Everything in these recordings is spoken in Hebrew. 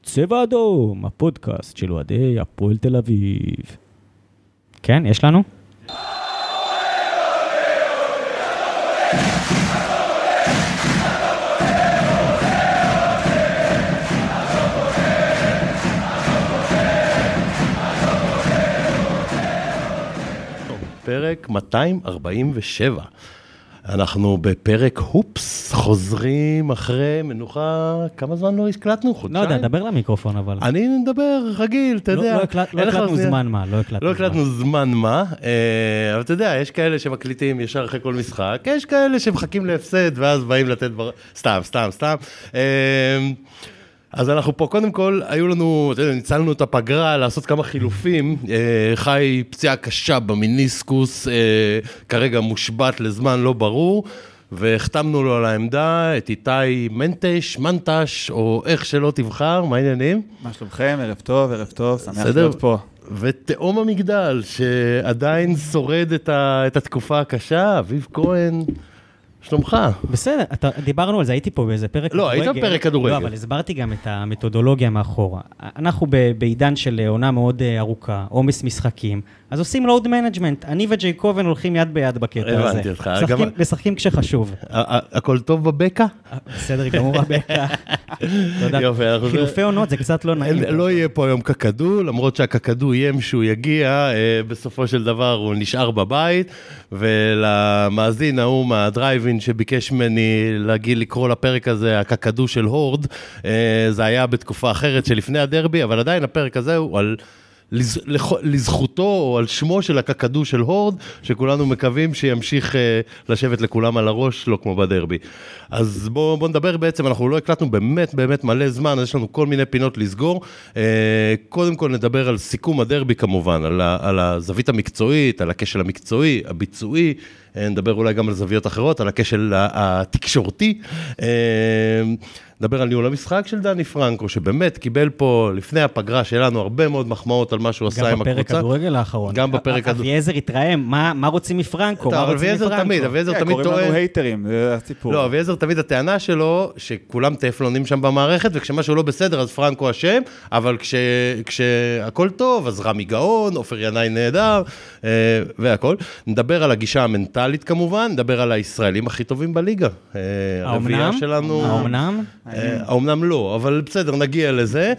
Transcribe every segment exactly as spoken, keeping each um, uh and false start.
צבע אדום, הפודקאסט של אוהדי הפועל תל אביב. כן, יש לנו? פרק מאתיים ארבעים ושבע. אנחנו בפרק הופס, חוזרים אחרי מנוחה, כמה זמן לא הקלטנו? חודשיים? לא יודע, דבר למיקרופון אבל. אני מדבר רגיל, אתה יודע. לא הקלטנו זמן מה, לא הקלטנו. לא הקלטנו זמן מה, אבל אתה יודע, יש כאלה שמקליטים ישר אחרי כל משחק, יש כאלה שמחכים להפסד, ואז באים לתת בר... סתם, סתם, סתם. אז אנחנו פה, קודם כל, היו לנו, ניצלנו את הפגרה לעשות כמה חילופים, חי פציעה קשה במיניסקוס, כרגע מושבת לזמן לא ברור, והחתמנו לו על העמדה את איתי מנטש, מנטש, או איך שלא תבחר, מה העניינים? מה שלומכם? ערב טוב, ערב טוב, שמח להיות פה. ותאום המגדל, שעדיין שורד את, ה, את התקופה הקשה, אביב כהן, שלומך. בסדר, אתה, דיברנו על זה, הייתי פה באיזה פרק לא, כדורגל. היית בפרק כדורגל. לא, אבל הסברתי גם את המתודולוגיה מאחורה. אנחנו ב, בעידן של עונה מאוד ארוכה, עומס משחקים, אז עושים לואוד מנג'מנט. אני וג'יי קובן הולכים יד ביד בקטע הזה. הבנתי אותך. משחקים כשחשוב. הכל טוב בבקע? בסדר, גמור בבקע. תודה. חילופי עונות, זה קצת לא נעים. לא יהיה פה היום קקדו, למרות שהקקדו ים שהוא יגיע, בסופו של דבר הוא נשאר בבית, ולמאזין ההוא מהדרייבין שביקש ממני להגיד לקרוא לפרק הזה, הקקדו של הורד, זה היה בתקופה אחרת שלפני הדרבי, אבל עדיין הפרק הזה הוא על... לזכותו או על שמו של הקקדו של הורד, שכולנו מקווים שימשיך לשבת לכולם על הראש, לא כמו בדרבי. אז בואו בוא נדבר בעצם, אנחנו לא הקלטנו באמת באמת מלא זמן, אז יש לנו כל מיני פינות לסגור. קודם כל נדבר על סיכום הדרבי כמובן, על, ה, על הזווית המקצועית, על הכשל המקצועי, הביצועי, נדבר אולי גם על זוויות אחרות, על הכשל התקשורתי, נדבר על ניהול המשחק של דני פרנקו, שבאמת קיבל פה לפני הפגרה שלנו הרבה מאוד מחמאות על מה שהוא עשה עם הקבוצה. גם בפרק כדורגל האחרון. גם בפרק כדורגל. אביעזר התרעם, מה, מה רוצים מפרנקו? מה רוצים מפרנקו? תמיד, אביעזר תמיד טועה. קוראים לנו הייטרים, זה הסיפור. לא, אביעזר תמיד הטענה שלו, שכולם טפלונים שם במערכת, וכשמשהו לא בסדר, אז פרנקו אשם, אבל כש, כשהכל טוב, אז רמי גאון, עופר ינאי נהדר, והכל. נדבר על הגישה המנטלית כמובן, נדבר על הישראלים הכי טובים בליגה. הרביעייה שלנו... האומנם? האומנם לא, אבל בסדר, נגיע לזה.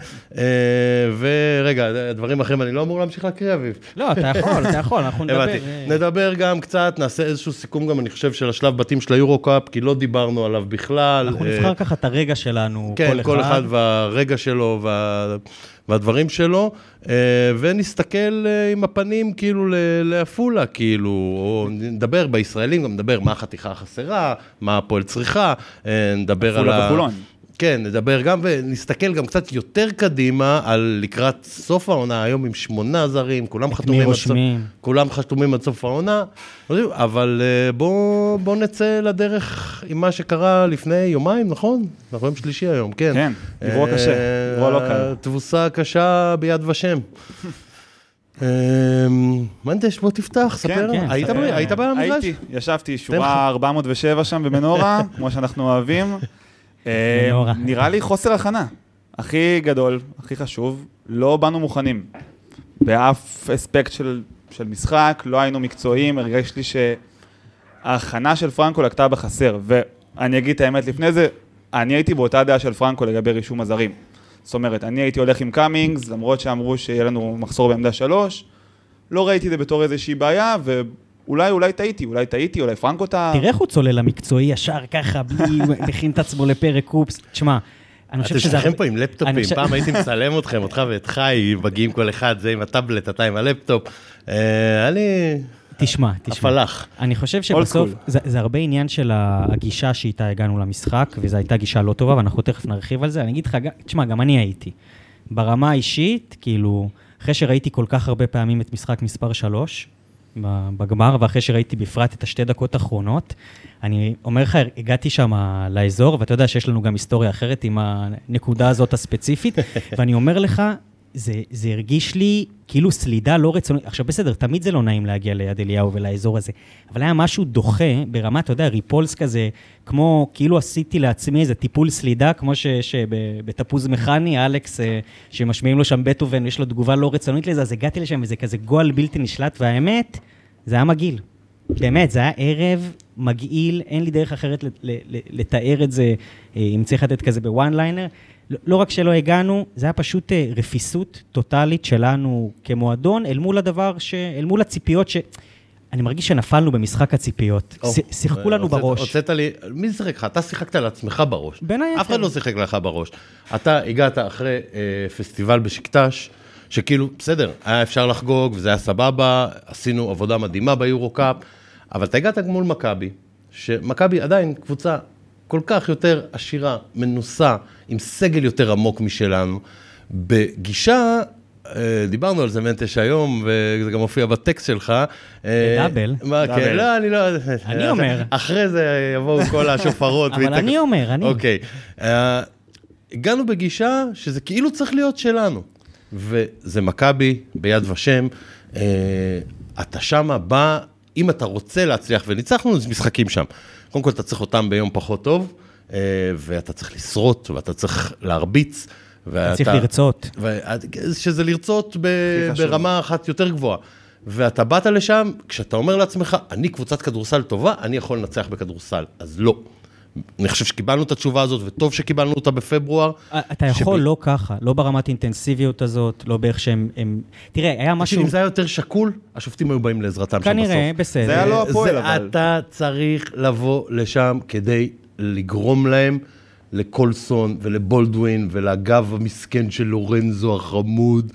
ורגע, דברים אחרים, אני לא אמור להמשיך להקריא, אביב. לא, אתה יכול, אתה יכול, אנחנו נדבר. נדבר גם קצת, נעשה איזשהו סיכום גם, אני חושב, של השלב בתים של היורו-קאפ, כי לא דיברנו עליו בכלל. אנחנו נבחר ככה את הרגע שלנו, כל אחד. כן, כל אחד והרגע שלו והדברים שלו, ונסתכל עם הפנים כאילו לאפולה, כאילו, או נדבר בישראלים, גם נדבר מה החתיכה החסרה, מה הפועל צריכה, נדבר על ה... בחולון. כן, נדבר גם ונסתכל גם קצת יותר קדימה על לקראת סוף העונה, היום עם שמונה זרים, כולם חתומים עד סוף, כולם חתומים עד סוף העונה, אבל בוא, בוא נצא לדרך עם מה שקרה לפני יומיים, נכון? אנחנו יום שלישי היום, כן. כן, אירוע קשה, אירוע לא קל. תבוסה קשה ביד ושם. מנטש, בוא תפתח, ספר. היית במגרש? הייתי, ישבתי שורה ארבע מאות ושבע שם במנורה, כמו שאנחנו אוהבים. נראה לי חוסר הכנה, הכי גדול, הכי חשוב, לא באנו מוכנים, באף אספקט של, של משחק, לא היינו מקצועיים, הרגש לי שההכנה של פרנקו לקטה בחסר, ואני אגיד את האמת לפני זה, אני הייתי באותה דעה של פרנקו לגבי רישום הזרים, זאת אומרת, אני הייתי הולך עם קאמינגס, למרות שאמרו שיהיה לנו מחסור בעמדה שלוש, לא ראיתי את זה בתור איזושהי בעיה, ו... אולי, אולי טעיתי, אולי טעיתי, אולי פרנקו טעה. תראה איך הוא צולל המקצועי ישר ככה, בלי מכין את עצמו לפרק קופס. תשמע, אני חושב שזה... אתם שלכם פה עם לפטופים, פעם הייתי מצלם אתכם, אותך ואת חי, מגיעים כל אחד, זה עם הטאבלט, אתה עם הלפטופ. אני... תשמע, תשמע. הפלח. אני חושב שבסוף, זה, זה הרבה עניין של הגישה שאיתה הגענו למשחק, וזו הייתה גישה לא טובה, ואנחנו תכף נרחיב על זה. אני אגיד לך, תשמע, גם אני הייתי. ברמה האישית, כאילו, אחרי שראיתי כל כך הרבה פעמים את משחק מספר שלוש, בגמר, ואחרי שראיתי בפרט את השתי דקות האחרונות, אני אומר לך, הגעתי שם לאזור, ואתה יודע שיש לנו גם היסטוריה אחרת עם הנקודה הזאת הספציפית, ואני אומר לך, זה, זה הרגיש לי כאילו סלידה לא רצונית. עכשיו בסדר, תמיד זה לא נעים להגיע ליד אליהו ולאזור הזה, אבל היה משהו דוחה ברמה, אתה יודע, ריפולס כזה, כמו כאילו עשיתי לעצמי איזה טיפול סלידה, כמו שבתפוז מכני, אלכס, שמשמיעים לו שם בטהובן, ויש לו תגובה לא רצונית לזה, אז הגעתי לשם וזה כזה גועל בלתי נשלט, והאמת, זה היה מגעיל. באמת, זה היה ערב מגעיל, אין לי דרך אחרת לתאר את זה, אם צריך לתת כזה בוואן ליינר. לא רק שלא הגענו, זה היה פשוט רפיסות טוטלית שלנו כמועדון, אל מול הדבר, ש... אל מול הציפיות ש... אני מרגיש שנפלנו במשחק הציפיות. שיחקו לנו בראש. הוצאת לי, מי שיחק לך? אתה שיחקת לעצמך בראש. בין היתר. אף אחד לא שיחק לך בראש. אתה הגעת אחרי פסטיבל בשקטש, שכאילו, בסדר, היה אפשר לחגוג, וזה היה סבבה, עשינו עבודה מדהימה ביורו-קאפ, אבל אתה הגעת מול מכבי, שמכבי עדיין קבוצה כל כך יותר עשירה, מנוסה, עם סגל יותר עמוק משלנו. בגישה, דיברנו על זה מנטש היום, וזה גם מופיע בטקסט שלך. דאבל. מה, כן, לא, אני לא... אני אומר. אחרי זה יבואו כל השופרות. אבל אני אומר, אני. אוקיי. הגענו בגישה שזה כאילו צריך להיות שלנו. וזה מכבי ביד ושם. אתה שמה בא, אם אתה רוצה להצליח, וניצחנו, אז משחקים שם. קודם כל, אתה צריך אותם ביום פחות טוב, ואתה צריך לשרוט, ואתה צריך להרביץ. אתה צריך לרצות. שזה לרצות ברמה אחת יותר גבוהה. ואתה באת לשם, כשאתה אומר לעצמך, אני קבוצת כדורסל טובה, אני יכול לנצח בכדורסל. אז לא. אני חושב שקיבלנו את התשובה הזאת, וטוב שקיבלנו אותה בפברואר. אתה יכול לא ככה, לא ברמת אינטנסיביות הזאת, לא באיך שהם... תראה, היה משהו... אם זה היה יותר שקול, השופטים היו באים לעזרתם שם בסוף. כנראה, בסדר. זה היה לא הפועל, אבל... אתה צריך לבוא לשם כדי לגרום להם לקולסון ולבולדווין ולגב המסכן של לורנזו החמוד,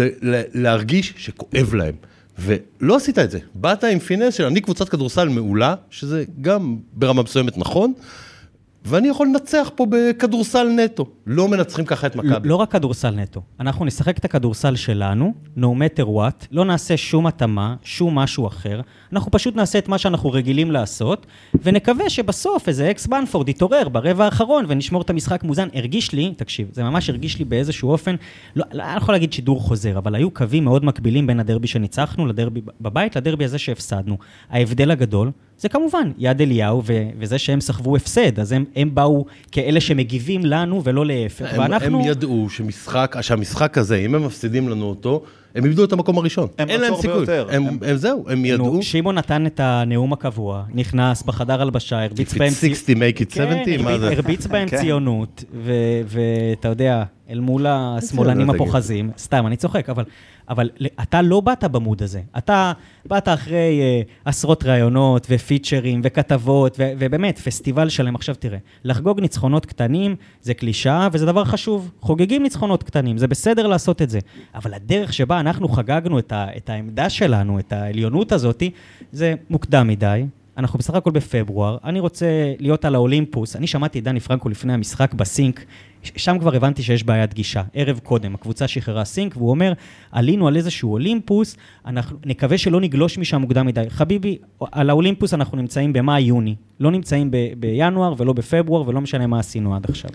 להרגיש שכואב להם. ולא עשית את זה. באת עם פינס של אני קבוצת כדורסל מעולה, שזה גם ברמה מסוימת נכון, ואני יכול לנצח פה בכדורסל נטו. לא מנצחים ככה את מכבי. לא רק כדורסל נטו. אנחנו נשחק את הכדורסל שלנו, no matter what, לא נעשה שום התאמה, שום משהו אחר. אנחנו פשוט נעשה את מה שאנחנו רגילים לעשות, ונקווה שבסוף איזה אקס בנפורד יתעורר ברבע האחרון, ונשמור את המשחק מוזן. הרגיש לי, תקשיב, זה ממש הרגיש לי באיזשהו אופן, לא, לא אני יכול להגיד שידור חוזר, אבל היו קווים מאוד מקבילים בין הדרבי שניצחנו, לדרבי בבית, לדרבי הזה שהפסדנו. ההבדל הגדול, זה כמובן יד אליהו, ו- וזה שהם סחבו הפסד, אז הם, הם באו כאלה שמגיבים לנו ולא להפך. הם, ואנחנו... הם ידעו שמשחק, שהמשחק הזה, אם הם מפסידים לנו אותו, הם איבדו את המקום הראשון. אין להם סיכוי. הם, הם, הם זהו, הם ידעו. שימון נתן את הנאום הקבוע, נכנס בחדר הלבשה, הרביץ בהם... שישים, make it שבעים, מה זה? הרביץ בהם ציונות, ואתה יודע, אל מול השמאלנים הפוחזים, סתם, אני צוחק, אבל... אבל אתה לא באת במוד הזה. אתה באת אחרי uh, עשרות רעיונות ופיצ'רים וכתבות, ו- ובאמת, פסטיבל שלם. עכשיו תראה, לחגוג ניצחונות קטנים זה קלישה, וזה דבר חשוב. חוגגים ניצחונות קטנים, זה בסדר לעשות את זה. אבל הדרך שבה אנחנו חגגנו את, ה- את העמדה שלנו, את העליונות הזאת, זה מוקדם מדי. אנחנו בסך הכל בפברואר. אני רוצה להיות על האולימפוס. אני שמעתי את דני פרנקו לפני המשחק בסינק, שם כבר הבנתי שיש בעיית גישה. ערב קודם, הקבוצה שחררה סינק, והוא אומר, עלינו על איזשהו אולימפוס, אנחנו נקווה שלא נגלוש משם מוקדם מדי. חביבי, על האולימפוס אנחנו נמצאים במאי-יוני. לא נמצאים ב- בינואר ולא בפברואר, ולא משנה מה עשינו עד עכשיו.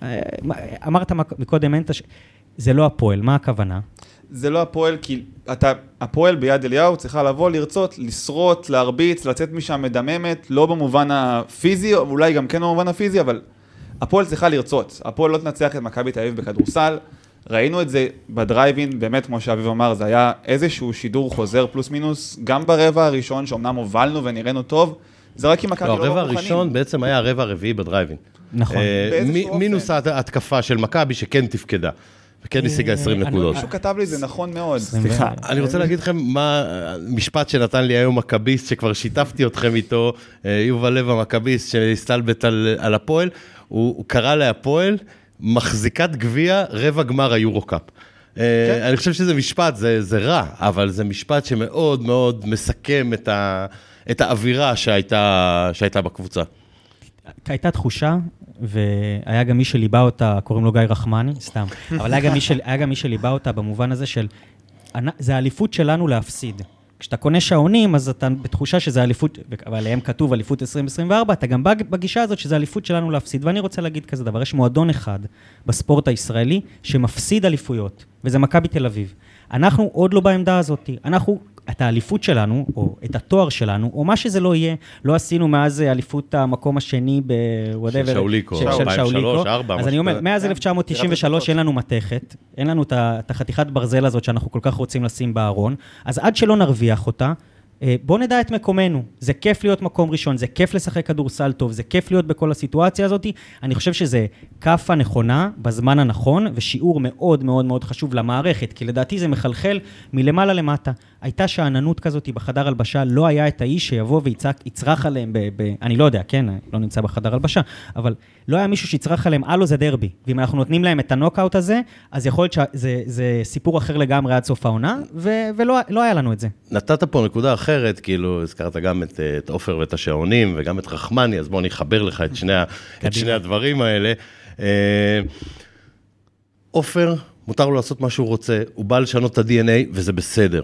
אמרת מקודם, זה לא הפועל, מה הכוונה? זה לא הפועל, כי אתה, הפועל ביד אליהו צריכה לבוא, לרצות, לשרוט, להרביץ, לצאת משם מדממת, לא במובן הפיזי, אולי גם כן במובן הפיזי, אבל הפועל צריכה לרצות. הפועל לא תנצח את מכבי תל אביב בכדורסל. ראינו את זה בדרייבין, באמת כמו שאביב אמר, זה היה איזשהו שידור חוזר פלוס מינוס, גם ברבע הראשון, שאומנם הובלנו ונראינו טוב, זה רק עם מכבי לא, לא הרבע הראשון בעצם היה הרבע הרביעי בדרייבין. נכון. מינוס ההתקפה של מכבי שכן תפקדה. וכן השיגה עשרים נקודות. מישהו כתב לי, זה נכון מאוד. סליחה. אני רוצה להגיד לכם מה משפט שנתן לי היום מכביסט, שכבר שיתפתי אתכם איתו, יובל לב המכביסט שהסתלבט על הפועל, הוא קרא להפועל מחזיקת גביע רבע גמר היורו-קאפ. אני חושב שזה משפט, זה רע, אבל זה משפט שמאוד מאוד מסכם את האווירה שהייתה בקבוצה. הייתה תחושה, והיה גם מי שליבה אותה, קוראים לו גיא רחמני, סתם, אבל היה גם מי, של, היה גם מי שליבה אותה במובן הזה של, זה האליפות שלנו להפסיד. כשאתה קונה שעונים, אז אתה בתחושה שזה אליפות, ועליהם כתוב אליפות עשרים עשרים וארבע, אתה גם בגישה הזאת שזה אליפות שלנו להפסיד, ואני רוצה להגיד כזה דבר, יש מועדון אחד בספורט הישראלי שמפסיד אליפויות, וזה מכבי תל אביב. אנחנו עוד לא בעמדה הזאת, אנחנו, את האליפות שלנו, או את התואר שלנו, או מה שזה לא יהיה, לא עשינו מאז אליפות המקום השני ב... של שאוליקו, של שאוליקו. אז אני אומר, מאז אלף תשע מאות תשעים ושלוש אין לנו מתכת, אין לנו את החתיכת ברזל הזאת שאנחנו כל כך רוצים לשים בארון, אז עד שלא נרוויח אותה, בוא נדע את מקומנו, זה כיף להיות מקום ראשון, זה כיף לשחק כדורסל טוב, זה כיף להיות בכל הסיטואציה הזאת, אני חושב שזה קפה נכונה, בזמן הנכון, ושיעור מאוד מאוד מאוד חשוב למערכת, כי לדעתי זה מחלחל מלמעלה למטה. הייתה שעננות כזאת בחדר הלבשה, לא היה את האיש שיבוא ויצרח עליהם, ב- ב- אני לא יודע, כן, לא נמצא בחדר הלבשה, אבל לא היה מישהו שיצרח עליהם, אלו זה דרבי, ואם אנחנו נותנים להם את הנוקאוט הזה, אז יכול להיות שזה זה סיפור אחר לגמרי עד סוף העונה, ו- ולא לא היה לנו את זה. נתת פה נקודה אחרת, כאילו הזכרת גם את, את אופר ואת השעונים, וגם את רחמני, אז בוא אני אחבר לך את שני, את שני הדברים האלה. אופר, מותר לו לעשות מה שהוא רוצה, הוא בא לשנות את ה-די אן איי, וזה בסדר.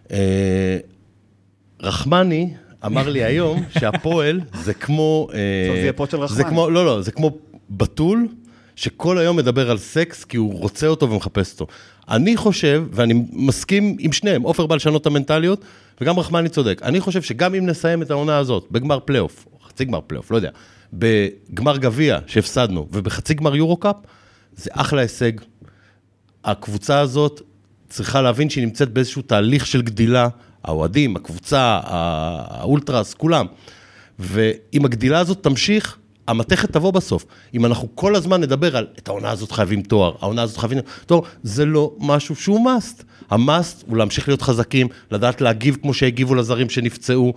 רחמני אמר לי היום שהפועל זה כמו... זה יהיה פות של רחמני. לא, לא, זה כמו בתול, שכל היום מדבר על סקס, כי הוא רוצה אותו ומחפש אותו. אני חושב, ואני מסכים עם שניהם, אופר בא לשנות את המנטליות, וגם רחמני צודק. אני חושב שגם אם נסיים את העונה הזאת, בגמר פלייאוף, או חצי גמר פלייאוף, לא יודע, בגמר גביע שהפסדנו, ובחצי גמר יורו-קאפ, זה אחלה הישג. הקבוצה הזאת צריכה להבין שהיא נמצאת באיזשהו תהליך של גדילה, האוהדים, הקבוצה, האולטרס, כולם. ואם הגדילה הזאת תמשיך, המתכת תבוא בסוף. אם אנחנו כל הזמן נדבר על, את העונה הזאת חייבים תואר, העונה הזאת חייבים תואר, זה לא משהו שהוא מאסט. המאסט הוא להמשיך להיות חזקים, לדעת להגיב כמו שהגיבו לזרים שנפצעו,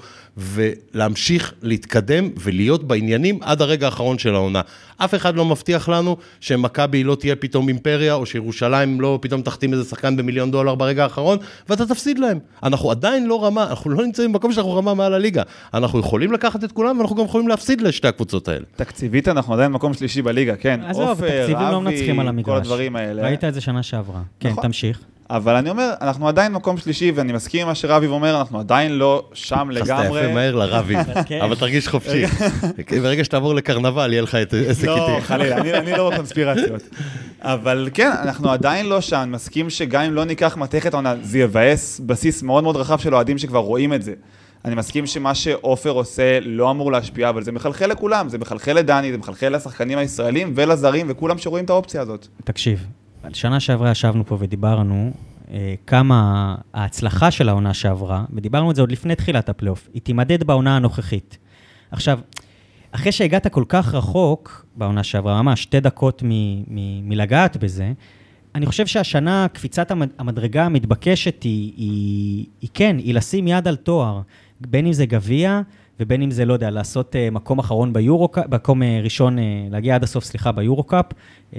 ולהמשיך להתקדם ולהיות בעניינים עד הרגע האחרון של העונה. אף אחד לא מבטיח לנו שמכבי לא תהיה פתאום אימפריה, או שירושלים לא פתאום תחתים איזה שחקן במיליון דולר ברגע האחרון, ואתה תפסיד להם. אנחנו עדיין לא רמה, אנחנו לא נמצאים במקום שאנחנו רמה מעל הליגה. אנחנו יכולים לקחת את כולם, ואנחנו גם יכולים להפסיד לשתי הקבוצות האלה. תקציבית אנחנו עדיין מקום שלישי בליגה, כן. אופר, אבי, כל הדברים האלה. ראית את זה שנה שעברה. כן, תמשיך. אבל אני אומר, אנחנו עדיין מקום שלישי, ואני מסכים עם מה שרביב אומר, אנחנו עדיין לא שם לגמרי. חסת יפה מהר לרביב, אבל תרגיש חופשי. ברגע שתעבור לקרנבל, יהיה לך את עסק איתי. לא, חלילה, אני לא בקונספירציות. אבל כן, אנחנו עדיין לא שם, מסכים שגם אם לא ניקח מתכת העונה, זה יבאס בסיס מאוד מאוד רחב של אוהדים שכבר רואים את זה. אני מסכים שמה שאופר עושה לא אמור להשפיע, אבל זה מחלחל לכולם, זה מחלחל לדני, זה מחלחל לשחקנים הישראלים ולזרים, וכולם שרואים את האופציה הזאת. תקשיב. שנה שעברה ישבנו פה ודיברנו אה, כמה ההצלחה של העונה שעברה, ודיברנו את זה עוד לפני תחילת הפלייאוף, היא תימדד בעונה הנוכחית. עכשיו, אחרי שהגעת כל כך רחוק בעונה שעברה, ממש שתי דקות מ- מ- מלגעת בזה, אני חושב שהשנה קפיצת המדרגה המתבקשת היא, היא, היא כן, היא לשים יד על תואר, בין אם זה גביע, ובין אם זה, לא יודע, לעשות uh, מקום אחרון ביורו-קאפ, מקום uh, ראשון, uh, להגיע עד הסוף, סליחה, ביורו-קאפ. Uh,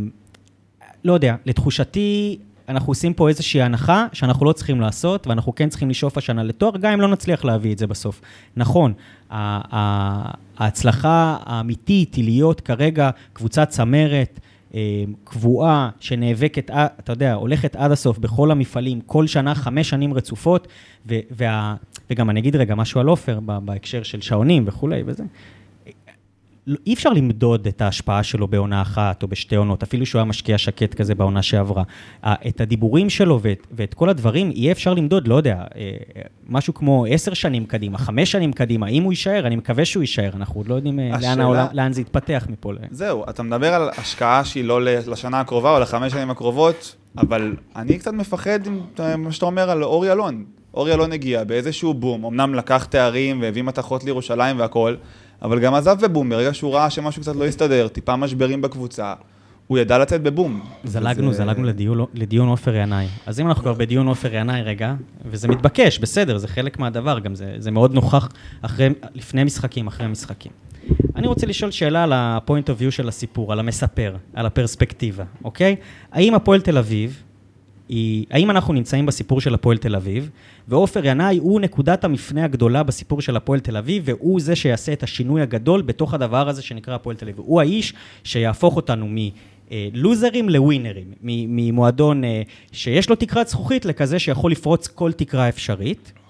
לא יודע, לתחושתי, אנחנו עושים פה איזושהי הנחה שאנחנו לא צריכים לעשות, ואנחנו כן צריכים לשאוף השנה לתואר, גם אם לא נצליח להביא את זה בסוף. נכון, ההצלחה האמיתית היא להיות כרגע קבוצת צמרת, קבועה שנאבקת, אתה יודע, הולכת עד הסוף בכל המפעלים, כל שנה חמש שנים רצופות, וה, וגם אני אגיד רגע משהו על אופר, בהקשר של שעונים וכולי וזה. אי אפשר למדוד את ההשפעה שלו בעונה אחת או בשתי עונות, אפילו שהוא היה משקיע שקט כזה בעונה שעברה. את הדיבורים שלו ואת, ואת כל הדברים, אי אפשר למדוד, לא יודע, משהו כמו עשר שנים קדימה, חמש שנים קדימה, אם הוא יישאר, אני מקווה שהוא יישאר, אנחנו עוד לא יודעים השאלה... לאן, העולם, לאן זה יתפתח מפה. זהו, אתה מדבר על השקעה שהיא לא לשנה הקרובה או לחמש שנים הקרובות, אבל אני קצת מפחד עם מה שאתה אומר על אורי אלון. אורי אלון הגיע באיזשהו בום, אמנם לקח תארים והביא מתחות לירושלים והכל, אבל גם עזב בבום, ברגע שהוא ראה שמשהו קצת לא יסתדר, טיפה משברים בקבוצה, הוא ידע לצאת בבום. זלגנו, זלגנו לדיון, לדיון אופר ינאי. אז אם אנחנו כבר בדיון אופר ינאי רגע, וזה מתבקש, בסדר, זה חלק מהדבר, גם זה, זה מאוד נוכח אחרי, לפני משחקים, אחרי משחקים. אני רוצה לשאול שאלה על ה-point of view של הסיפור, על המספר, על הפרספקטיבה, אוקיי? האם הפועל תל אביב, היא, האם אנחנו נמצאים בסיפור של הפועל תל אביב, ואופר ינאי הוא נקודת המפנה הגדולה בסיפור של הפועל תל אביב, והוא זה שיעשה את השינוי הגדול בתוך הדבר הזה שנקרא הפועל תל אביב. הוא האיש שיהפוך אותנו מלוזרים לווינרים, ממועדון שיש לו תקרת זכוכית לכזה שיכול לפרוץ כל תקרה אפשרית,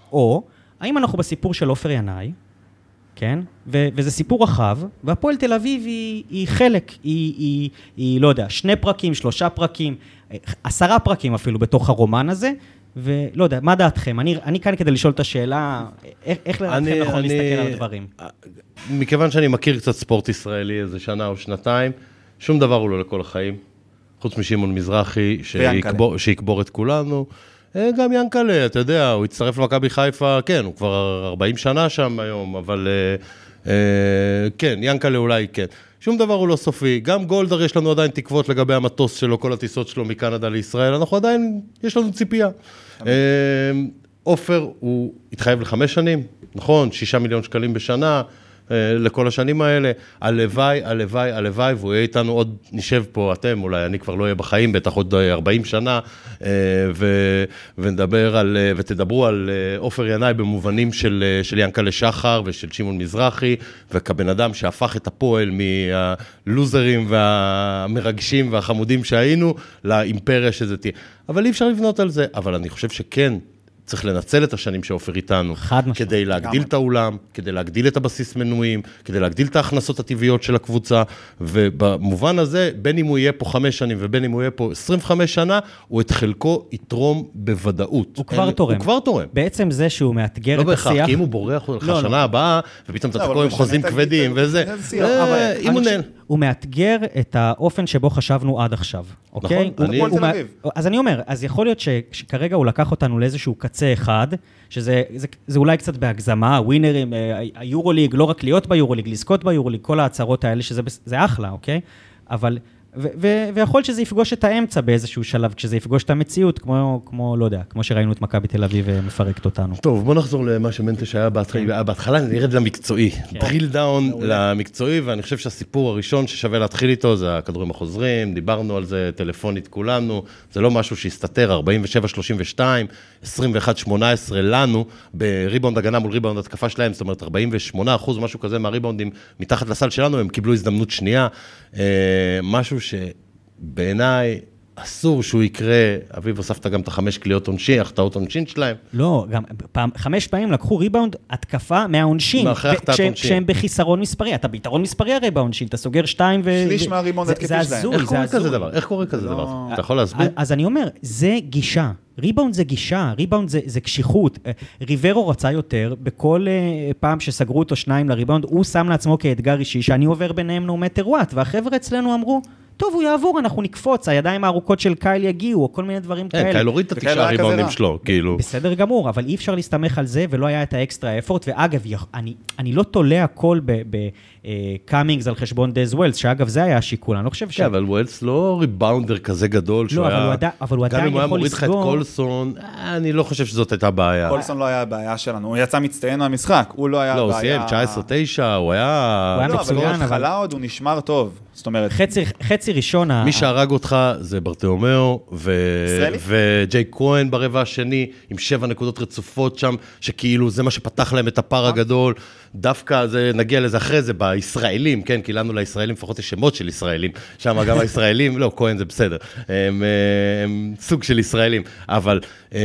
או, האם אנחנו בסיפור של עופר ינאי, כן? ו- וזה סיפור רחב, והפועל תל אביב היא, היא חלק, היא, היא, היא, לא יודע, שני פרקים, שלושה פרקים, עשרה פרקים אפילו בתוך הרומן הזה, ולא יודע, מה דעתכם? אני, אני כאן כדי לשאול את השאלה, איך, איך לדעתכם נכון אני, להסתכל על הדברים? מכיוון שאני מכיר קצת ספורט ישראלי איזה שנה או שנתיים, שום דבר הוא לא לכל החיים, חוץ משמעון מזרחי, שיקבור, שיקבור את כולנו. גם ינקלה, אתה יודע, הוא הצטרף למכבי חיפה, כן, הוא כבר ארבעים שנה שם היום, אבל כן, ינקלה אולי כן. שום דבר הוא לא סופי. גם גולדר יש לנו עדיין תקוות לגבי המטוס שלו, כל הטיסות שלו מקנדה לישראל, אנחנו עדיין, יש לנו ציפייה. עופר, הוא התחייב לחמש שנים, נכון, שישה מיליון שקלים בשנה, לכל השנים האלה, הלוואי, הלוואי, הלוואי, והוא יהיה איתנו עוד, נשב פה, אתם אולי, אני כבר לא אהיה בחיים, בטח עוד ארבעים שנה, ו, ונדבר על, ותדברו על עופר ינאי במובנים של, של ינקלה שחר ושל שמעון מזרחי, וכבן אדם שהפך את הפועל מהלוזרים והמרגשים והחמודים שהיינו, לאימפריה שזה תהיה. אבל אי אפשר לבנות על זה, אבל אני חושב שכן, צריך לנצל את השנים שעופר איתנו, כדי להגדיל את האולם, כדי להגדיל את הבסיס מנויים, כדי להגדיל את ההכנסות הטבעיות של הקבוצה, ובמובן הזה, בין אם הוא יהיה פה חמש שנים, ובין אם הוא יהיה פה עשרים וחמש שנה, הוא את חלקו יתרום בוודאות. הוא כבר תורם. הוא כבר תורם. בעצם זה שהוא מאתגר את השיח... לא בהכרח, כי אם הוא בורח לך שנה הבאה, ופתאום אתה תקוע עם חוזים כבדים, וזה... אם הוא נהן... הוא מאתגר את האופן שבו חשבנו עד עכשיו, אוקיי? נכון, אני... תל אביב. אז אני אומר, אז יכול להיות שכרגע הוא לקח אותנו לאיזשהו קצה אחד, שזה זה, זה אולי קצת בהגזמה, ווינרים, היורוליג, לא רק להיות ביורוליג, לזכות ביורוליג, כל ההצהרות האלה, שזה זה אחלה, אוקיי? אבל... ו- ו- ויכול להיות שזה יפגוש את האמצע באיזשהו שלב, כשזה יפגוש את המציאות, כמו, כמו, לא יודע, כמו שראינו את מכבי תל אביב מפרקת אותנו. טוב, בוא נחזור למה שמנטש היה בהתחלה, בהתחלה נרד למקצועי, דריל דאון למקצועי, ואני חושב שהסיפור הראשון ששווה להתחיל איתו, זה הכדורים החוזרים, דיברנו על זה טלפונית כולנו, זה לא משהו שהסתתר, ארבעים ושבע שלושים ושתיים, עשרים ואחת שמונה עשרה לנו, בריבאונד הגנה מול ריבאונד התקפה שלהם, זאת אומרת, ארבעים ושמונה אחוז, משהו כזה מהריבאונדים מתחת לסל שלנו, הם קיבלו הזדמנות שנייה, משהו שבעיניי אסור שהוא יקרה, אביב הוספת גם את החמש קליעות עונשין, החטאות עונשין שלהם. לא, גם פעם, חמש פעמים לקחו ריבאונד התקפה מהעונשין, כשהם בחיסרון מספרי, אתה ביתרון מספרי הרי בעונשין, אתה סוגר שתיים ו... שליש מהריבאונד התקפי שלהם. איך קורה כזה דבר? איך קורה כזה דבר? אתה יכול להסביר? אז אני אומר, זה גישה. ריבאונד זה גישה, ריבאונד זה, זה קשיחות. ריברו רצה יותר, בכל uh, פעם שסגרו אותו שניים לריבאונד, הוא שם לעצמו כאתגר אישי, שאני עובר ביניהם no matter what, והחבר'ה אצלנו אמרו, טוב, הוא יעבור, אנחנו נקפוץ, הידיים הארוכות של קייל יגיעו, או כל מיני דברים כאלה. קייל הוריד את התשעה ריבאונדים שלו, כאילו. בסדר גמור, אבל אי אפשר להסתמך על זה, ולא היה את האקסטרה אפורט, ואגב, אני, אני לא תולה הכל בקאמינגס על חשבון דז ווילס, שאגב, זה היה השיקול, אני לא חושב ש... כן, אבל ווילס לא ריבאונדר כזה גדול, לא, אבל הוא עדיין יכול לסגור. קולסון, אני לא חושב שזאת הייתה בעיה. קולסון לא היה הבעיה שלנו, הוא יצא מצטיין מהמשחק, הוא לא היה לא, בעיה... הוא סיים תשע עשרה תשע, הוא היה... הוא היה מצוין, אבל... בהתחלה עוד הוא נשמר טוב, זאת אומרת... חצי, חצי ראשון... מי שהרג אותך זה ברטאומאו, וג'יי כהן ברבע השני, עם שבע נקודות רצופות שם, שכאילו זה מה שפתח להם את הפער הגדול, דווקא זה, נגיע לזה אחרי זה, בישראלים, כן, כי לנו לישראלים, לפחות יש שמות של ישראלים, שם גם הישראלים, לא, כהן זה בסדר, הם, הם סוג של ישראלים, אבל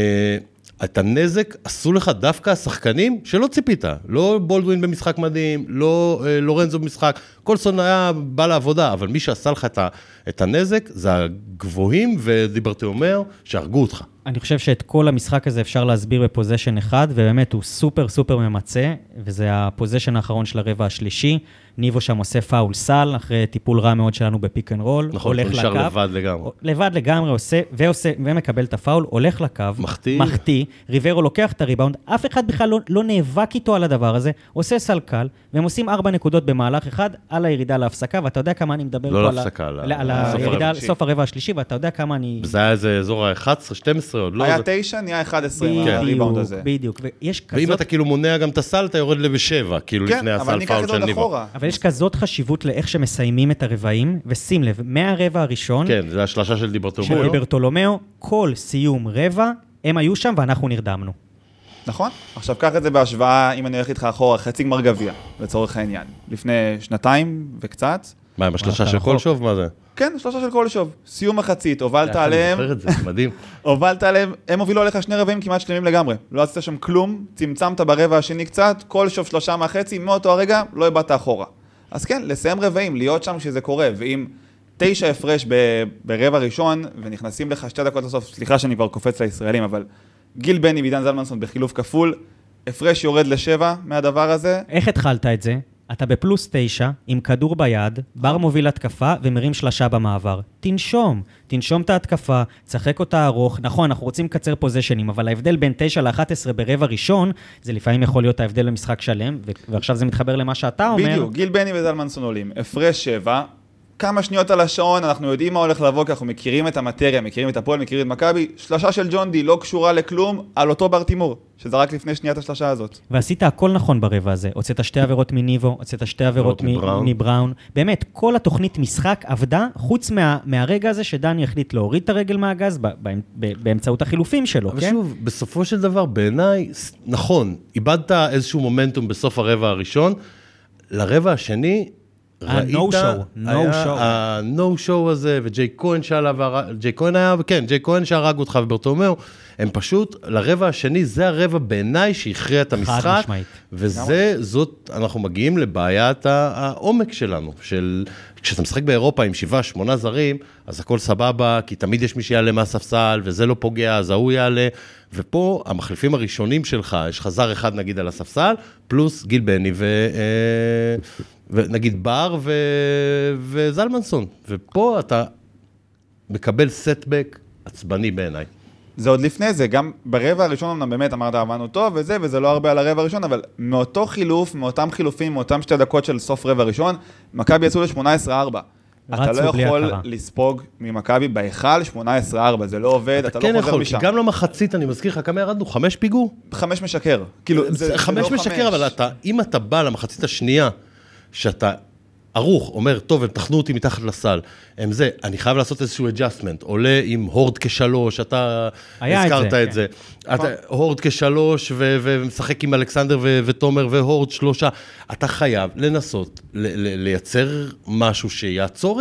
את הנזק עשו לך דווקא השחקנים שלא ציפית, לא בולדווין במשחק מדהים, לא לורנזו במשחק, קולסון היה בא לעבודה, אבל מי שעשה לך את, את הנזק, זה הגבוהים, ודיברתי אומר, שהרגו אותך. אני חושב שאת כל המשחק הזה אפשר להסביר בפוזיישן אחד, ובאמת הוא סופר סופר ממצא, וזה הפוזיישן האחרון של הרבע השלישי, ניבו שם עושה פאול סל, אחרי טיפול רע מאוד שלנו בפיק אנד רול, נכון, הוא נשאר לבד לגמרי. לבד לגמרי עושה, ועושה, ומקבל את הפאול, הולך לקו, מחטיא, מחטיא, ריברו לוקח את הריבאונד, אף אחד בכלל לא, לא נאבק איתו על הדבר הזה, עושה סל קל, והם עושים ארבע נקודות במהלך אחד, על הירידה להפסקה, ואתה יודע כמה אני מדבר לא פה להפסקה, על, על, על הירידה, סוף הרבע השלישי, ואתה יודע כמה אני... זה היה איזה אזור ה-אחת עשרה שתים עשרה עוד, לא? היה תשע, נהיה אחת עשרה עם הריבאונד הזה. בדיוק, ויש כזאת... ואם אתה כאילו מונע גם את הסל, אתה יורד לבשבע, כאילו לפני הסל פאול של ניבו. אבל יש כזאת חשיבות לאיך שמסיימים את הרבעים, ושים לב, מהרבע הראשון... כן, זה השלשה של דיברטולומאו. של דיברטולומאו, כל סיום רבע, הם היו שם ואנחנו נרדמנו. נכון. עכשיו, קח את זה בהשוואה, אם אני הולך איתך אחורה, חצי גמר גביע, לצורך העניין. לפני שנתיים וקצת. מה, עם השלשה של קולשוב? מה זה? כן, שלושה של קולשוב. סיום מחצית, הובלת עליהם. אני זוכר את זה, מדהים. הובלת עליהם, הם הובילו עליך שני רבעים כמעט שלמים לגמרי. לא עשית שם כלום, צמצמת ברבע השני קצת, קולשוב שלושה מהחצי, מאותו הרגע לא הבאת אחורה. אז כן, לסיים רבעים, להיות שם שזה קורה, ואם תשע הפרש ברבע ראשון, ונכנסים לך שתי דקות לסוף, סליחה שאני כבר קופץ לישראלים, אבל גיל בני ועידן זלמנסון בחילוף כפול, הפרש יורד לשבע מהדבר הזה. איך התחלת את זה? אתה בפלוס תשע, עם כדור ביד, בר מוביל התקפה ומרים שלשה במעבר. תנשום, תנשום את ההתקפה, צחק אותה ארוך. נכון, אנחנו רוצים לקצר פוזיישנים, אבל ההבדל בין תשע ל-אחת עשרה ברבע ראשון, זה לפעמים יכול להיות ההבדל במשחק שלם, ועכשיו זה מתחבר למה שאתה אומר. בדיוק, גיל בני וזלמנסון עולים. הפרש שבע, כמה שניות על השעון, אנחנו יודעים מה הולך לבוא, כי אנחנו מכירים את המטריה, מכירים את הפועל, מכירים את מכבי. שלשה של ג'ון די לא קשורה לכלום על אותו בר תימור, שזה רק לפני שניית השלשה הזאת. ועשית הכל נכון ברבע הזה. הוצאת שתי עבירות מניבו, הוצאת שתי עבירות מבראון. באמת, כל התוכנית משחק עבדה, חוץ מה, מהרגע הזה שדני החליט להוריד את הרגל מהגז באמצעות החילופים שלו, אבל כן? שוב, בסופו של דבר, בעיניי, נכון, איבדת איזשהו מומנטום בסוף הרבע הראשון, לרבע השני, ראית, ה-no show הזה, וג'יי כהן שעלה, ג'יי כהן היה, כן, ג'יי כהן שהרג אותך וברטומאו, הם פשוט, לרבע השני, זה הרבע בעיניי שהכריע את המשחק, וזה, זאת, אנחנו מגיעים לבעיית העומק שלנו, של, כשאתה משחק באירופה עם שבעה, שמונה זרים, אז הכל סבבה, כי תמיד יש מי שיעלה מהספסל, וזה לא פוגע, אז ההוא יעלה, ופה המחליפים הראשונים שלך, יש לך זר אחד נגיד על הספסל, פלוס גיל בני ו... ונגיד בר ו... וזלמנסון, ופה אתה מקבל סטבק עצבני בעיניי. זה עוד לפני זה, גם ברבע הראשון אמנם באמת אמרת עבדנו טוב וזה, וזה לא הרבה על הרבע הראשון, אבל מאותו חילוף, מאותם חילופים, מאותם שתי דקות של סוף רבע ראשון, מכבי יצאו ל-שמונה עשרה ארבע. אתה לא יכול לספוג ממכבי בהיכל שמונה עשרה ארבע, זה לא עובד, אתה לא חוזר משם. גם למחצית, אני מזכיר לך, כמה ירדנו? חמש פיגור? חמש משקר. חמש משקר, אבל אם אתה בא למחצית השנייה, שאתה ערוך, אומר, טוב, הם תחנו אותי מתחת לסל, הם זה, אני חייב לעשות איזשהו adjustment, עולה עם הורד כשלוש, אתה הזכרת את זה, הורד כשלוש, ומשחק עם אלכסנדר ותומר, והורד שלושה, אתה חייב לנסות, לייצר משהו שיעצור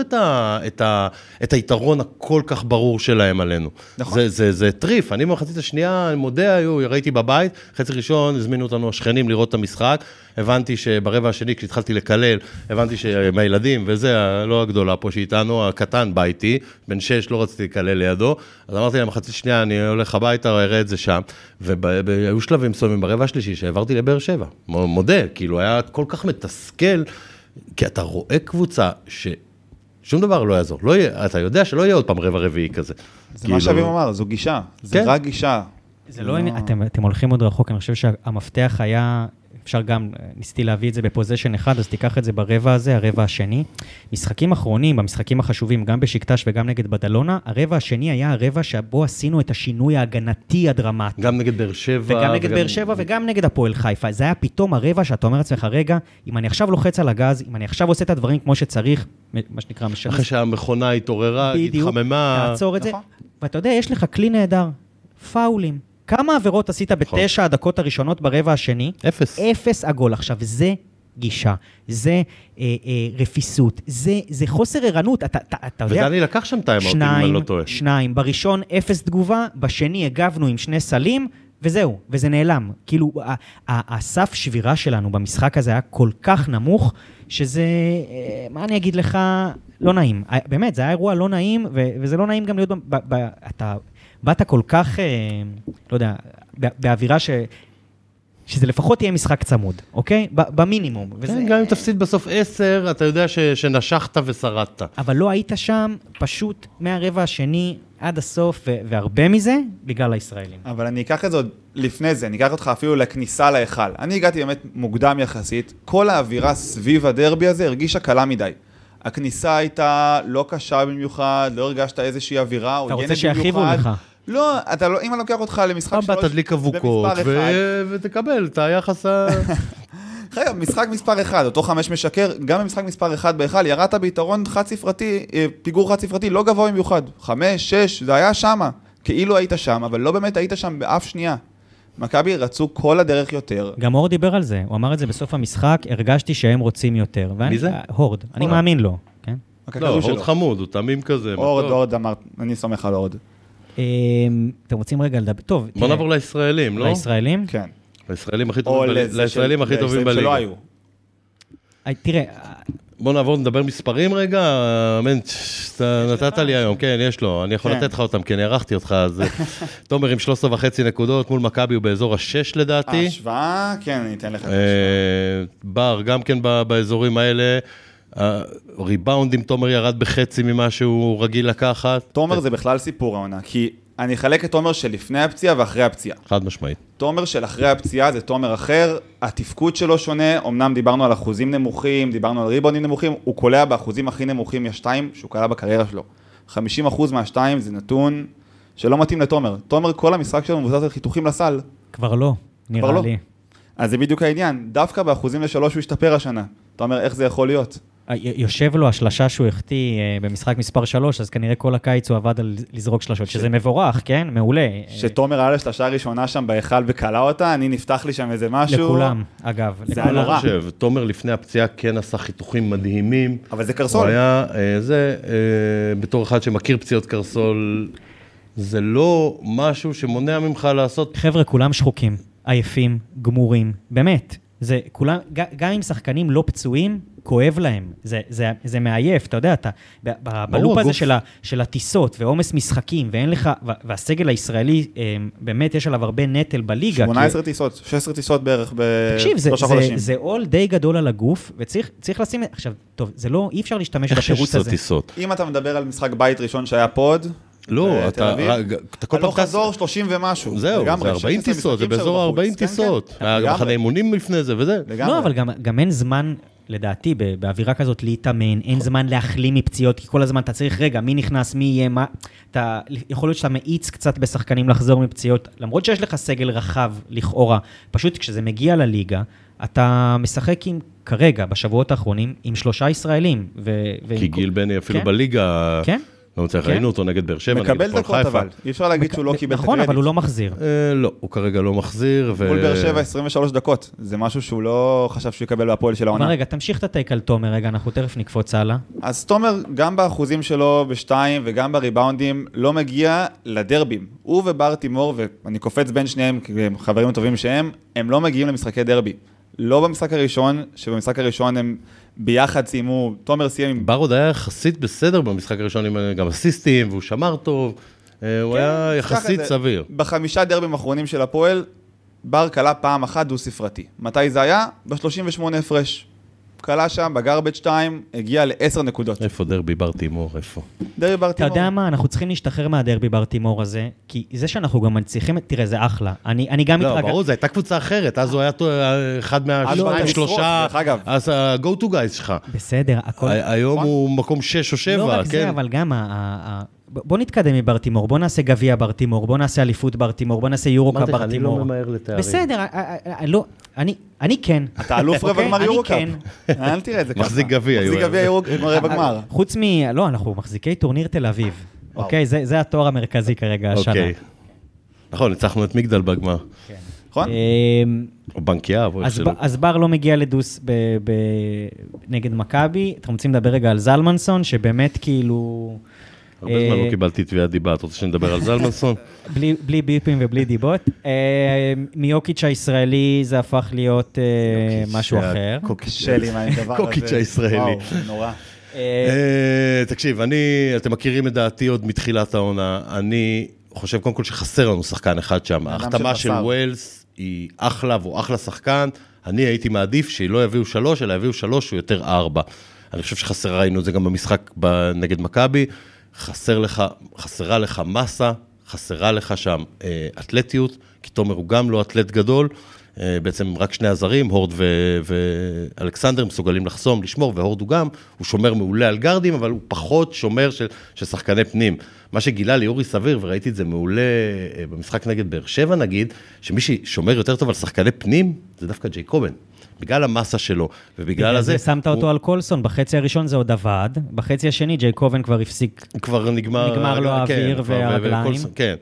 את היתרון הכל כך ברור שלהם עלינו. זה טריף, אני במחצית השנייה, אני מודה, ראיתי בבית, חצי ראשון, הזמינו אותנו השכנים לראות את המשחק, הבנתי שברבע השני, כשהתחלתי לקלל, הבנתי שמהילדים, וזה לא הגדולה פה שאיתנו, הקטן ביתי, בן שש, לא רציתי לקלל לידו, אז אמרתי להם, חצי שנייה, אני הולך הביתה, אראה את זה שם, והיו שלבים סומים ברבע השלישי, שהעברתי לבאר שבע, מודה, כאילו, היה כל כך מתסכל, כי אתה רואה קבוצה ששום דבר לא יעזור, לא יהיה, אתה יודע שלא יהיה עוד פעם רבע רביעי כזה. זה מה שאביב אמר, זו גישה, זה רק גישה. זה לא, אתם הולכים עוד רחוק, אני חושב שהמפתח היה... אפשר גם, ניסיתי להביא את זה בפוזיישן אחד, אז תיקח את זה ברבע הזה, הרבע השני. משחקים אחרונים, במשחקים החשובים, גם בשקטש וגם נגד בדלונה, הרבע השני היה הרבע שבו עשינו את השינוי ההגנתי הדרמטי. גם נגד באר שבע. וגם נגד באר שבע וגם נגד הפועל חיפה. זה היה פתאום הרבע שאתה אומר לעצמך, רגע, אם אני עכשיו לוחץ על הגז, אם אני עכשיו עושה את הדברים כמו שצריך, מה שנקרא משנה. אחרי שהמכונה התעוררה, התחממה. תעצור את זה. ואתה יודע, יש לך כלי נהדר, פאולים. כמה עבירות עשית בתשע הדקות הראשונות ברבע השני? אפס. אפס עגול. עכשיו, זה גישה, זה אה, אה, רפיסות, זה, זה חוסר ערנות, אתה, אתה, אתה יודע... ודני לקח שם טיים, שניים, אם אני לא טועה. שניים, בראשון אפס תגובה, בשני הגבנו עם שני סלים, וזהו, וזה נעלם. כאילו, הסף שבירה שלנו במשחק הזה היה כל כך נמוך, שזה, אה, מה אני אגיד לך, לא נעים. באמת, זה היה אירוע לא נעים, ו, וזה לא נעים גם להיות... ב, ב, ב, אתה... באת כל כך, לא יודע, באווירה ש... שזה לפחות יהיה משחק צמוד, אוקיי? במינימום. כן, גם אם תפסיד בסוף עשר, אתה יודע שנשכת ושרדת. אבל לא היית שם פשוט מהרבע השני עד הסוף, והרבה מזה בגלל הישראלים. אבל אני אקח את זה עוד לפני זה, אני אקח אותך אפילו לכניסה להיכל. אני הגעתי באמת מוקדם יחסית, כל האווירה סביב הדרבי הזה הרגישה קלה מדי. הכניסה הייתה לא קשה במיוחד, לא הרגשת איזושהי אווירה, אתה רוצה שיחיבו לך. לא, אתה לא, אם אני לוקח אותך למשחק שלוש, תדליק אבוקות ותקבל את היחס ה... חייב, משחק מספר אחד, אותו חמש משקר, גם במשחק מספר אחד בהיכל, ירדת ביתרון חד ספרתי, פיגור חד ספרתי, לא גבוה במיוחד, חמש, שש, זה היה שמה, כאילו היית שם, אבל לא באמת היית שם באף שנייה. מכבי רצו כל הדרך יותר. גם אור דיבר על זה, הוא אמר את זה בסוף המשחק, הרגשתי שהם רוצים יותר. מי זה? הורד, אני מאמין לו, כן? לא, הורד חמוד, הוא תמים כזה. הורד, הורד, אמרת, אני סומך על הורד. אתם רוצים רגע לדבר, טוב. בוא נעבור לישראלים, לא? לישראלים? כן. לישראלים הכי טובים בליגה. שלא היו. תראה, בוא נעבור, נדבר מספרים רגע, מנט, נתת לי היום, כן, יש לו, אני יכול לתת לך אותם, כי אני ערכתי אותך, אז תומר עם שלוש עשרה וחצי נקודות, מול מכבי הוא באזור השש לדעתי. השוואה, כן, אני אתן לך את השוואה. בר, גם כן באזורים האלה, ריבאונדים, תומר ירד בחצי ממה שהוא רגיל לקחת. תומר זה בכלל סיפור העונה, כי אני אחלק את תומר של לפני הפציעה ואחרי הפציעה. חד משמעית. תומר של אחרי הפציעה זה תומר אחר, התפקוד שלו שונה, אמנם דיברנו על אחוזים נמוכים, דיברנו על ריבאונדים נמוכים, הוא קולע באחוזים הכי נמוכים מהשתיים שהוא קלע בקריירה שלו. חמישים אחוז מהשתיים זה נתון שלא מתאים לתומר. תומר כל המשחק שלו מבוסס על חיתוכים לסל. כבר לא, נראה כבר לי. לא. אז זה בדיוק העניין, דווקא באחוזים לשלוש הוא השתפר השנה. תומר, איך זה יכול להיות? יושב לו השלשה שהוא החטיא במשחק מספר שלוש, אז כנראה כל הקיץ הוא עבד על לזרוק שלשות, שזה מבורך, כן? מעולה. שתומר היה לשלשה הראשונה שם בהיכל וקלה אותה, אני נפתח לי שם איזה משהו. לכולם, אגב. זה היה נורא. תומר לפני הפציעה כן עשה חיתוכים מדהימים. אבל זה קרסול. הוא היה, זה, בתור אחד שמכיר פציעות קרסול, זה לא משהו שמונע ממך לעשות... חבר'ה, כולם שחוקים, עייפים, גמורים, באמת. זה כולם, גם עם שחקנים לא פצועים, כואב להם. זה, זה, זה מעייף, אתה יודע, אתה, בלופ הזה של, ה, של הטיסות ועומס משחקים, ואין לך, והסגל הישראלי, באמת יש עליו הרבה נטל בליגה. שמונה עשרה טיסות, שש עשרה טיסות בערך בשלושה חודשים. זה עול די גדול על הגוף, וצריך, צריך לשים, עכשיו, טוב, זה לא, אי אפשר להשתמש בתירוץ הזה. טיסות? אם אתה מדבר על משחק בית ראשון שהיה פוד, לא, אתה... הלוך חזור שלושים ומשהו. זהו, זה ארבעים טיסות, זה באזור ארבעים טיסות. היה גם מחנה אימונים לפני זה וזה. לא, אבל גם אין זמן, לדעתי, באווירה כזאת להתאמן, אין זמן להחלים מפציעות, כי כל הזמן אתה צריך, רגע, מי נכנס, מי יהיה, מה... אתה, יכול להיות שאתה מאיץ קצת בשחקנים לחזור מפציעות, למרות שיש לך סגל רחב, לכאורה, פשוט כשזה מגיע לליגה, אתה משחק עם, כרגע, בשבועות האחרונים, עם שלושה ישראלים. כי גיל בני אפילו בליגה... כן? לא מצליח, ראינו אותו נגד באר שבע, מקבל דקות אבל, אי אפשר להגיד שהוא לא קיבל את הקרדיט. נכון, אבל הוא לא מחזיר. לא, הוא כרגע לא מחזיר. מול באר שבע עשרים ושלוש דקות, זה משהו שהוא לא חשב שהוא יקבל בהפועל של העונה. אבל רגע, תמשיך את הטייק על תומר, רגע, אנחנו תכף נקפוץ הלאה. אז תומר, גם באחוזים שלו בשתיים וגם בריבאונדים, לא מגיע לדרבים. הוא ובר תימור, ואני קופץ בין שניהם, חברים טובים שהם, הם לא מגיעים למשחקי דרבי. לא במשחק הראשון, שבמשחק הראשון הם ביחד סיימו, תומר סיים עם... בר עוד היה יחסית בסדר במשחק הראשון, עם גם אסיסטים, והוא שמר טוב, הוא היה יחסית סביר. בחמישה דרבים האחרונים של הפועל, בר קלה פעם אחת דו ספרתי. מתי זה היה? ב-שלושים ושמונה הפרש. קלה שם, בגרבג' שתיים, הגיע ל-עשר נקודות. איפה דרבי בר תימור? איפה? דרבי בר תימור. אתה יודע מה? אנחנו צריכים להשתחרר מהדרבי בר תימור הזה, כי זה שאנחנו גם מנציחים, תראה, זה אחלה. אני, אני גם מתרגע... לא, ברור, זו הייתה קבוצה אחרת, אז הוא היה אחד מהשניים, שלושה, אז ה-go to guys שלך. בסדר, הכל... היום הוא מקום שש או שבע, כן? לא רק זה, אבל גם ה... בוא נתקדם מבר תימור, בוא נעשה גביע בר תימור, בוא נעשה אליפות בר תימור, בוא נעשה יורוקה בר תימור. אני לא ממהר לתארים. בסדר, לא, אני, אני כן. אתה אלוף רבע גמר יורוקה. אני כן. אל תראה את זה ככה. מחזיק גביע. מחזיק גביע יורוקה רבע גמר. חוץ מ... לא, אנחנו מחזיקי טורניר תל אביב. אוקיי, זה התואר המרכזי כרגע השנה. נכון, ניצחנו את מגדל בגמר. נכון? או בנקיה. אז בר לא מגיע לדוס נגד מכבי. אתם רוצים לדבר רגע על זלמנסון, שבאמת כאילו... הרבה זמן לא קיבלתי תביעת דיבה, אתה רוצה שנדבר על זלמנסון? בלי ביפים ובלי דיבות. מיוקיץ' הישראלי זה הפך להיות משהו אחר. קוקשלי, מה אני דבר הזה? קוקיץ' הישראלי. וואו, נורא. תקשיב, אתם מכירים את דעתי עוד מתחילת העונה, אני חושב קודם כל שחסר לנו שחקן אחד שם. ההחתמה של ווילס היא אחלה והוא אחלה שחקן, אני הייתי מעדיף שלא יביאו שלוש, אלא יביאו שלוש הוא יותר ארבע. אני חושב שחסר, ראינו את זה גם במשחק נגד מכבי, חסר לך, חסרה לך מסה, חסרה לך שם אה, אתלטיות, כי תומר הוא גם לא אתלט גדול, אה, בעצם רק שני הזרים, הורד ו- ואלכסנדר מסוגלים לחסום, לשמור, והורד הוא גם, הוא שומר מעולה על גרדים, אבל הוא פחות שומר של, של שחקני פנים. מה שגילה לי אורי סביר, וראיתי את זה מעולה אה, במשחק נגד באר שבע נגיד, שמי ששומר יותר טוב על שחקני פנים, זה דווקא ג'ייקובן. בגלל המסה שלו, ובגלל הזה... שמת אותו על קולסון, בחצי הראשון זה עוד עבד, בחצי השני ג'ייקובן כבר הפסיק... כבר נגמר... נגמר לו האוויר והרגליים. כן.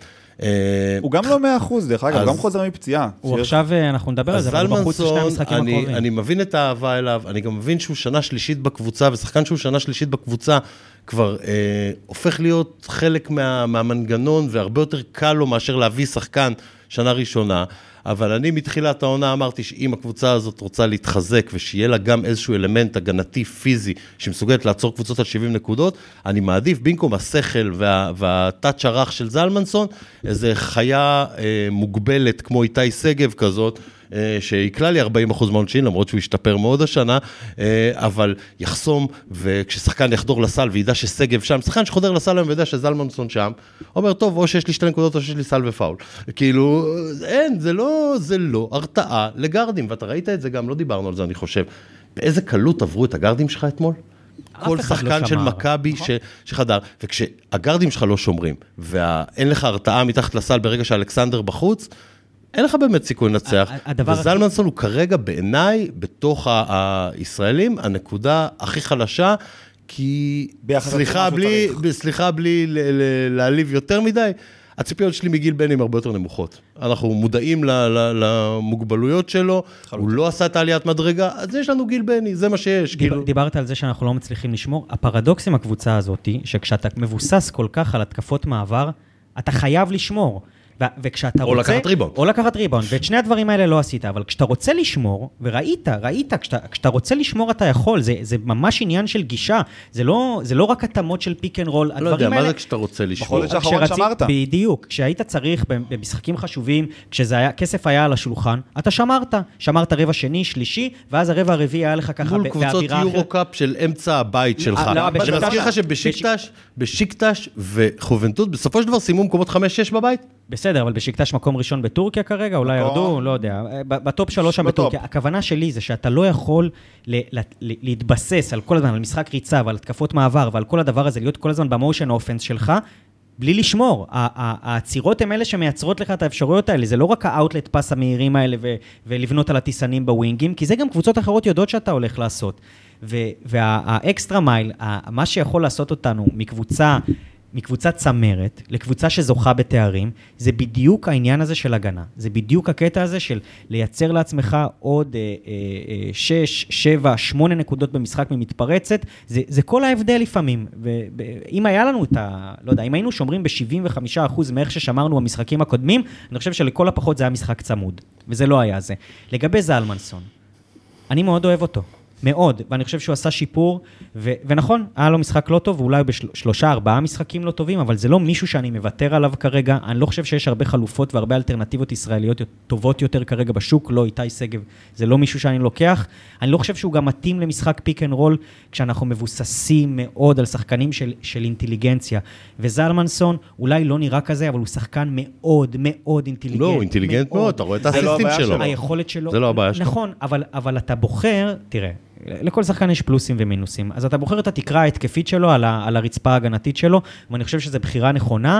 הוא גם לא מאה אחוז, דרך אגב, הוא גם חוזר מפציעה. הוא עכשיו, אנחנו נדבר על זה, אבל הוא בחוץ לשני המשחקים הקרובים. אני מבין את האהבה אליו, אני גם מבין שהוא שנה שלישית בקבוצה, ושחקן שהוא שנה שלישית בקבוצה, כבר הופך להיות חלק מהמנגנון, והרבה יותר קל לו מאשר להביא שחקן שנה ראשונה, אבל אני מתחילת העונה אמרתי שאם הקבוצה הזאת רוצה להתחזק, ושיהיה לה גם איזשהו אלמנט הגנתי פיזי, שמסוגלת לעצור קבוצות על שבעים נקודות, אני מעדיף במקום השכל וה, והטאץ' הרך של זלמנסון, איזו חיה אה, מוגבלת כמו איתי סגב כזאת, אה, שיקלה לי ארבעים אחוז מהעונשין, למרות שהוא ישתפר מאוד השנה, אה, אבל יחסום, וכששחקן יחדור לסל וידע שסגב שם, שחקן שחודר לסל היום וידע שזלמנסון שם, אומר, טוב, או שיש לי שתי נקודות או שיש לי סל ופאול. כאילו, אין, זה לא, זה לא הרתעה לגרדים, ואתה ראית את זה גם, לא דיברנו על זה, אני חושב. באיזה קלות עברו את הגרדים שלך אתמול? כל שחקן של מכבי שחדר, וכשהגרדים שלך לא שומרים, ואין לך הרתעה מתחת לסל ברגע שאלכסנדר בחוץ, אין לך באמת סיכוי לנצח. וזלמנסון הוא כרגע בעיניי, בתוך הישראלים, הנקודה הכי חלשה, כי סליחה בלי, סליחה בלי להעליב יותר מדי, הציפיות שלי מגיל בני הם הרבה יותר נמוכות. אנחנו מודעים למוגבלויות שלו, הוא לא עשה את העליית מדרגה, אז יש לנו גיל בני, זה מה שיש. דיברת על זה שאנחנו לא מצליחים לשמור. הפרדוקס עם הקבוצה הזאת, שכשאתה מבוסס כל כך על התקפות מעבר, אתה חייב לשמור. וכשאתה או רוצה... לקחת ריבאונד. או לקחת ריבאונד, ואת שני הדברים האלה לא עשית, אבל כשאתה רוצה לשמור, וראית, ראית, כשאתה, כשאתה רוצה לשמור אתה יכול, זה, זה ממש עניין של גישה, זה לא, זה לא רק התאמות של פיק אנד רול, לא יודע, מה זה כשאתה רוצה לשמור? בחודש האחרון שמרת. בדיוק, כשהיית צריך במשחקים חשובים, כשכסף היה על השולחן, אתה שמרת, שמרת רבע שני, שלישי, ואז הרבע הרביעי היה לך ככה מול קבוצות יורו-קאפ של אמצע הבית שלך. אני מזכיר לך שבשיקטש וחובנטות, בסופו של דבר סיימו מקומות חמש שש בבית? בסדר, אבל בשיקטש מקום ראשון בטורקיה כרגע, אולי ירדו, לא יודע, בטופ שלוש שם בטורקיה. הכוונה שלי זה שאתה לא יכול להתבסס על כל הזמן, על משחק ריצה ועל התקפות מעבר ועל כל הדבר הזה, להיות כל הזמן במושן אופנס שלך, בלי לשמור. העצירות הן אלה שמייצרות לך את האפשרויות האלה, זה לא רק האוטלט פס המהירים האלה ולבנות על הטיסנים בווינגים, כי זה גם קבוצות אחרות יודעות שאתה הולך לעשות. והאקסטרה מייל, מה שיכול לעשות אותנו מקבוצה מקבוצה צמרת לקבוצה שזוכה בתארים, זה בדיוק העניין הזה של הגנה. זה בדיוק הקטע הזה של לייצר לעצמך עוד שש, שבע, שמונה נקודות במשחק ממתפרצת. זה, זה כל ההבדל לפעמים. ואם היה לנו את ה... לא יודע, אם היינו שומרים ב-שבעים וחמישה אחוז מאיך ששמרנו במשחקים הקודמים, אני חושב שלכל הפחות זה היה משחק צמוד. וזה לא היה זה. לגבי זלמנסון, אני מאוד אוהב אותו. מאוד, ואני חושב שהוא עשה שיפור, ו- ונכון, היה לו משחק לא טוב, ואולי בשלושה, ארבעה משחקים לא טובים, אבל זה לא מישהו שאני מוותר עליו כרגע, אני לא חושב שיש הרבה חלופות והרבה אלטרנטיבות ישראליות טובות יותר כרגע בשוק, לא איתי סגב, זה לא מישהו שאני לוקח, אני לא חושב שהוא גם מתאים למשחק פיק אנד רול, כשאנחנו מבוססים מאוד על שחקנים של, של אינטליגנציה, וזלמנסון אולי לא נראה כזה, אבל הוא שחקן מאוד מאוד אינטליגנט. לא, הוא אינטליגנט מאוד, אתה רואה את הסיסטים שלו. היכולת שלו. זה לא הבעיה שלו. נכון, אבל, אבל אתה בוחר, תראה, לכל שחקן יש פלוסים ומינוסים, אז אתה בוחר את התקרה ההתקפית שלו על, ה, על הרצפה ההגנתית שלו, ואני חושב שזו בחירה נכונה.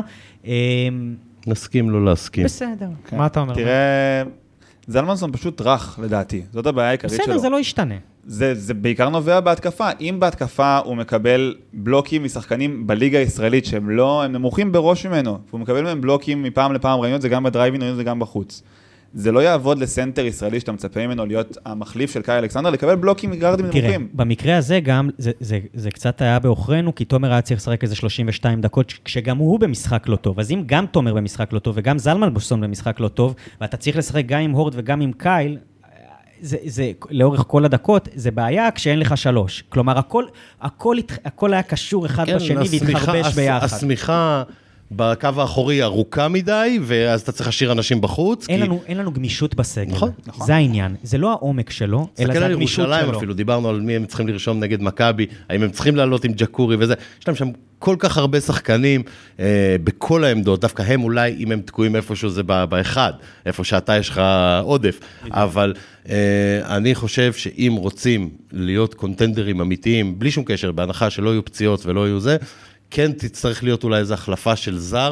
נסכים לא להסכים. בסדר, כן. מה אתה אומר? תראה, זלמנסון פשוט רך לדעתי, זאת הבעיה העיקרית שלו. בסדר, זה לא ישתנה. זה, זה בעיקר נובע בהתקפה, אם בהתקפה הוא מקבל בלוקים משחקנים בליגה הישראלית שהם לא, הם נמוכים בראש ממנו, והוא מקבל מהם בלוקים מפעם לפעם, ראינו את זה גם בדרייבין, ראינו את זה גם בחוץ. זה לא יעבוד לסנטר ישראלי שאתה מצפה ממנו להיות המחליף של קאי אלכסנדר, לקבל בלוקים מגרדים נמוכים. תראה, במקרה הזה גם, זה, זה, זה קצת היה באוכרנו, כי תומר היה צריך לשחק איזה שלושים ושתיים דקות, כשגם הוא במשחק לא טוב. אז אם גם תומר במשחק לא טוב, וגם זלמנסון במשחק לא טוב, ואתה צריך לשחק גם עם הורד וגם עם קייל, זה, זה, לאורך כל הדקות, זה בעיה כשאין לך שלוש. כלומר, הכל, הכל, הכל היה קשור אחד כן, בשני והתחרבש ביחד. הסמיכה בקו האחורי ארוכה מדי, ואז אתה צריך להשאיר אנשים בחוץ. אין, כי... לנו, אין לנו גמישות בסגל. נכון, נכון. זה העניין. זה לא העומק שלו, אלא זה הגמישות שלו. ירושלים אפילו, דיברנו על מי הם צריכים לרשום נגד מכבי, האם הם צריכים לעלות עם ג'קורי וזה. יש להם שם כל כך הרבה שחקנים אה, בכל העמדות, דווקא הם אולי, אם הם תקועים איפשהו, זה באחד, איפה שאתה יש לך עודף. אבל אה, אני חושב שאם רוצים להיות קונטנדרים אמיתיים, בלי שום קשר, בהנחה שלא יהיו פציעות ולא יהיו זה, כן תצטרך להיות אולי איזו החלפה של זר,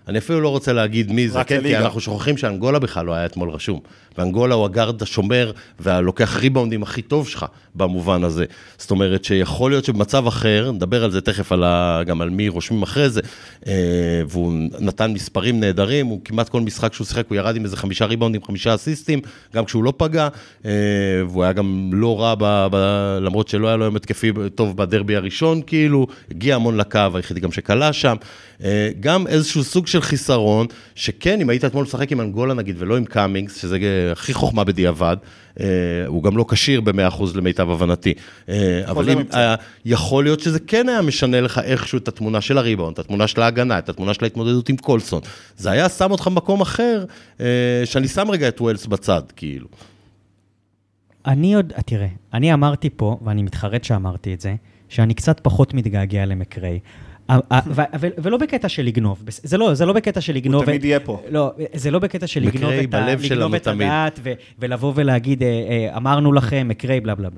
אני אפילו לא רוצה להגיד מי זה, כן, כי אנחנו שוכחים שאנגולה בכלל לא היה אתמול רשום. ואנגולה הוא הגארד השומר והלוקח ריבאונדים הכי טוב שלך במובן הזה. זאת אומרת שיכול להיות שבמצב אחר, נדבר על זה תכף על ה, גם על מי רושמים אחרי זה, והוא נתן מספרים נהדרים, הוא כמעט כל משחק שהוא שיחק, הוא ירד עם איזה חמישה ריבאונדים, חמישה אסיסטים, גם כשהוא לא פגע, והוא היה גם לא רע, ב, ב, למרות שלא היה לו יום התקפי טוב בדרבי הראשון, כאילו, הגיע המון לקו, היחידי גם שקלה שם, גם איזשהו סוג של חיסרון, שכן, אם היית אתמול לשחק עם אנגולה נגיד, ולא עם קאמינגס, שזה הכי חוכמה בדיעבד, הוא גם לא קשיר ב-מאה אחוז למיטב הבנתי, אבל אם, יכול להיות שזה כן היה משנה לך איכשהו את התמונה של הריבאונד, את התמונה של ההגנה, את התמונה של ההתמודדות עם קולסון, זה היה שם אותך במקום אחר, שאני שם רגע את ווילס בצד, כאילו. אני עוד, תראה, אני אמרתי פה, ואני מתחרט שאמרתי את זה, שאני קצת פחות מתגעגע למקרי, ולא בקטע של לגנוב, זה לא, זה לא בקטע של לגנוב. הוא תמיד יהיה פה. לא, זה לא בקטע של לגנוב את הדעת, ולבוא ולהגיד, אמרנו לכם, מקרי, בלה בלה בלה.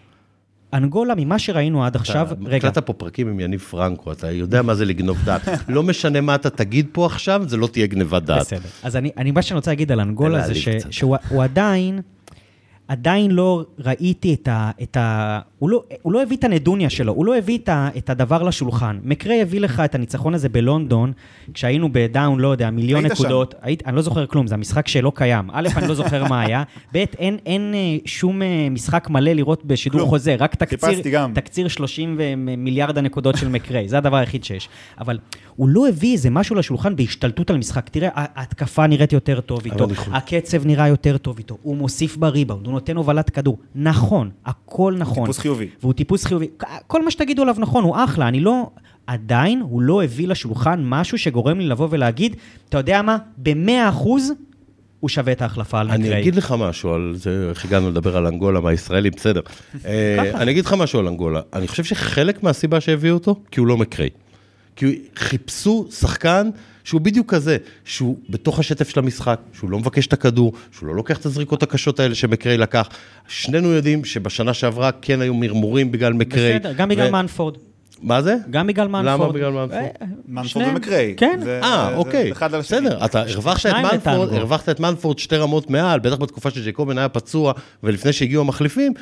אנגולה, ממה שראינו עד עכשיו, רגע. הקלטת פה פרקים עם יניב פרנקו, אתה יודע מה זה לגנוב דעת. לא משנה מה אתה תגיד פה עכשיו, זה לא תהיה גנבת דעת. בסדר. אז אני, מה שאני רוצה להגיד על אנגולה, זה שהוא עדיין, עדיין לא ראיתי את ה... את ה הוא, לא, הוא לא הביא את הנדוניה שלו, הוא לא הביא את, ה, את הדבר לשולחן. מקרי הביא לך את הניצחון הזה בלונדון, כשהיינו בדאון, לא יודע, מיליון נקודות. היית, אני לא זוכר כלום, זה המשחק שלא קיים. א', אני לא זוכר מה היה. ב', אין, אין שום משחק מלא לראות בשידור כלום. חוזה, רק תקציר, תקציר שלושים מיליארד הנקודות של מקרי. זה הדבר היחיד שיש. אבל הוא לא הביא איזה משהו לשולחן בהשתלטות על משחק. תראה, ההתקפה נראית יותר טוב איתו, הקצב נראה יותר טוב איתו, הוא מוסיף בריבאונד, הוא נותן הובלת כדור. נכון, הכל נכון. טיפוס חיובי. והוא טיפוס חיובי. כל מה שתגידו עליו נכון, הוא אחלה. אני לא, עדיין הוא לא הביא לשולחן משהו שגורם לי לבוא ולהגיד, אתה יודע מה? ב-מאה אחוז הוא שווה את ההחלפה על מקרי. אני אגיד לך משהו על זה, איך הגענו לדבר על אנגולה מהישראלים, בסדר. אני אגיד לך משהו על אנגולה. אני חושב שחלק מהסיבה שהביאו אותו, כי הוא לא מקרי. כי חיפשו שחקן שהוא בדיוק כזה, שהוא בתוך השטף של המשחק, שהוא לא מבקש את הכדור, שהוא לא לוקח את הזריקות הקשות האלה שמקרי לקח. שנינו יודעים שבשנה שעברה כן היו מרמורים בגלל מקרי. בסדר, גם בגלל מנפורד. מה זה? גם בגלל מנפורד. למה בגלל מנפורד? מנפורד ומקרי. כן. אה, אוקיי. בסדר, אתה הרווחת את מנפורד, הרווחת את מנפורד שתי רמות מעל, בטח בתקופה שג'ייקובן היה פצוע, ולפני שהגיעו המחליפים,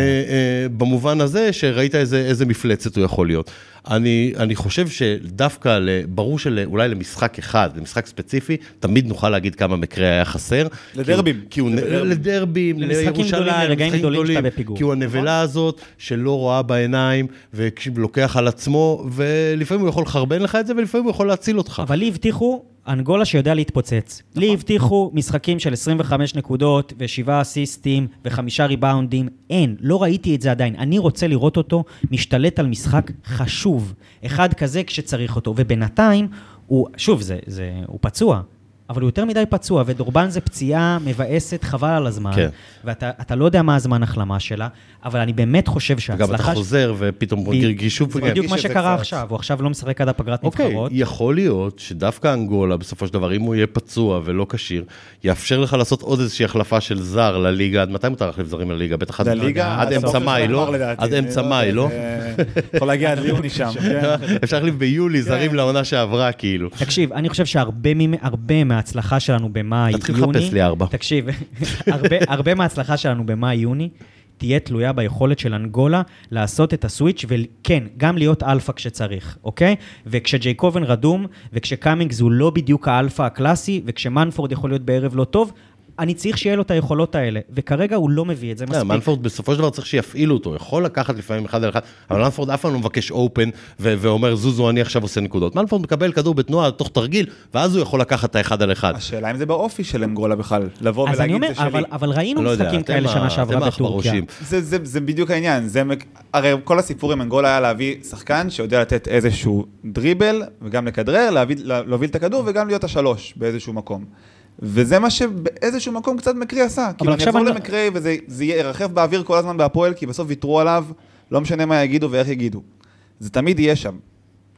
במובן הזה שראית איזה מפלצת הוא יכול להיות. אני, אני חושב שדווקא, ברור שאולי למשחק אחד, למשחק ספציפי, תמיד נוכל להגיד כמה מקרי היה חסר. לדרבים. כי הוא, לדרבים, לירושלים, למשחקים גדולים, כי הוא הנבלה הזאת שלא רואה בעיניים, ולוקח על עצמו, ולפעמים הוא יכול לחרבן לך את זה, ולפעמים הוא יכול להציל אותך. אבל לי הבטיחו אנגולה שיודע להתפוצץ. לי הבטיחו משחקים של עשרים וחמש נקודות, ושבעה אסיסטים, וחמישה ריבאונדים. אין, לא ראיתי את זה עדיין. אני רוצה לראות אותו משתלט על משחק חשוב. אחד כזה כשצריך אותו. ובינתיים, הוא, שוב, זה, זה, הוא פצוע. אבל הוא יותר מדי פצוע, ודורבן זה פציעה מבאסת חבל על הזמן, כן. ואתה אתה לא יודע מה הזמן החלמה שלה, אבל אני באמת חושב שההצלחה... גם אתה חוזר ופתאום גישו... זה בדיוק מה שקרה עכשיו, הוא עכשיו לא משחק עד הפגרת נבחרות. אוקיי, יכול להיות שדווקא אנגולה, בסופו של דבר, אם הוא יהיה פצוע ולא קשיר, יאפשר לך לעשות עוד איזושהי החלפה של זר לליגה, עד מתי מותר להחליף זרים לליגה? בטח עד אמצע מאי, לא? עד אמצע מאי, לא? יכול להגיע עד ליוני שם. אפשר להחליף ביולי זרים לעונה שעברה, כאילו. תקשיב, אני חושב שהרבה מההצלחה שלנו במאי, תתחיל לחפש לי ארבע. תקשיב, הרבה, הרבה מההצלחה שלנו במאי, יוני, תהיה תלויה ביכולת של אנגולה לעשות את הסוויץ' וכן, גם להיות אלפא כשצריך, אוקיי? וכשג'ייקובן רדום, וכשקאמינגס הוא לא בדיוק האלפא הקלאסי, וכשמנפורד יכול להיות בערב לא טוב, אני צריך שיהיה לו את היכולות האלה, וכרגע הוא לא מביא את זה מספיק. מנפורד בסופו של דבר צריך שיפעילו אותו, יכול לקחת לפעמים אחד על אחד, אבל מנפורד אף פעם לא מבקש אופן, ואומר זוזו אני עכשיו עושה נקודות. מנפורד מקבל כדור בתנועה, תוך תרגיל, ואז הוא יכול לקחת את האחד על אחד. השאלה אם זה באופי של אנגולה בכלל, לבוא ולהגיד זה שלי. אבל ראינו משחקים כאלה שנה שעברה בטורקיה. זה בדיוק העניין, הרי כל הסיפור עם אנגולה היה להביא שחקן שיודע לתת איזשהו דריבל, וגם לכדרר, להוביל את הכדור וגם להיות השלוש באיזשהו מקום. וזה מה שבאיזשהו מקום קצת מקרי עשה. כאילו אני אעבור למקרי וזה ירחב באוויר כל הזמן בהפועל, כי בסוף ויתרו עליו, לא משנה מה יגידו ואיך יגידו. זה תמיד יהיה שם.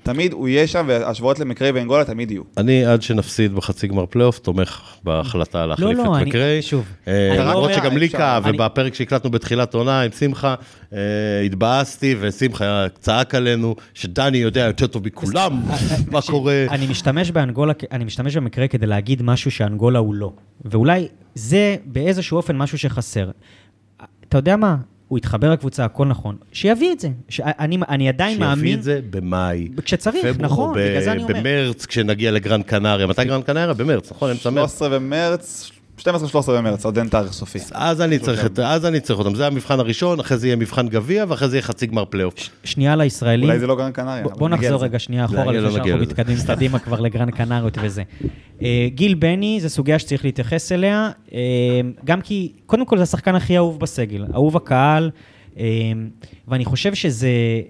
תמיד הוא יהיה שם, והשוואות למקרי ואנגולה תמיד יהיו. אני עד שנפסיד בחצי גמר פלייאוף, תומך בהחלטה להחליף את מקרי. שוב. למרות שגם לי כאב, ובפרק שהקלטנו בתחילת עונה עם שמחה, התבאסתי, ושמחה צעק עלינו, שדני יודע יותר טוב מכולם, מה קורה. אני משתמש באנגולה, אני משתמש במקרה כדי להגיד משהו שאנגולה הוא לא. ואולי זה באיזשהו אופן משהו שחסר. אתה יודע מה? הוא יתחבר לקבוצה, הכל נכון. שיביא את זה. אני, אני עדיין מאמין... שיביא את זה במאי. כשצריך, נכון, בגלל זה אני אומר. במרץ, כשנגיע לגרנד קנריה. מתי גרנד קנריה? במרץ, נכון? אמצע מרץ. שלושה עשר במרץ, שתים עשרה שלוש עשרה במרץ, עוד אין תאריך סופי. אז אני צריך, אז אני צריך אותם. זה המבחן הראשון, אחרי זה יהיה מבחן גביע, ואחרי זה יהיה חצי גמר פלייאוף. שנייה לישראלים. אולי זה לא גרנד קנריה. בוא נחזור רגע שנייה אחורה, לפני שאנחנו מתקדמים קדימה כבר לגרנד קנריות וזה. גיל בני, זה סוגיה שצריך להתייחס אליה, גם כי, קודם כל, זה השחקן הכי אהוב בסגל, אהוב הקהל, ואני חושב שזה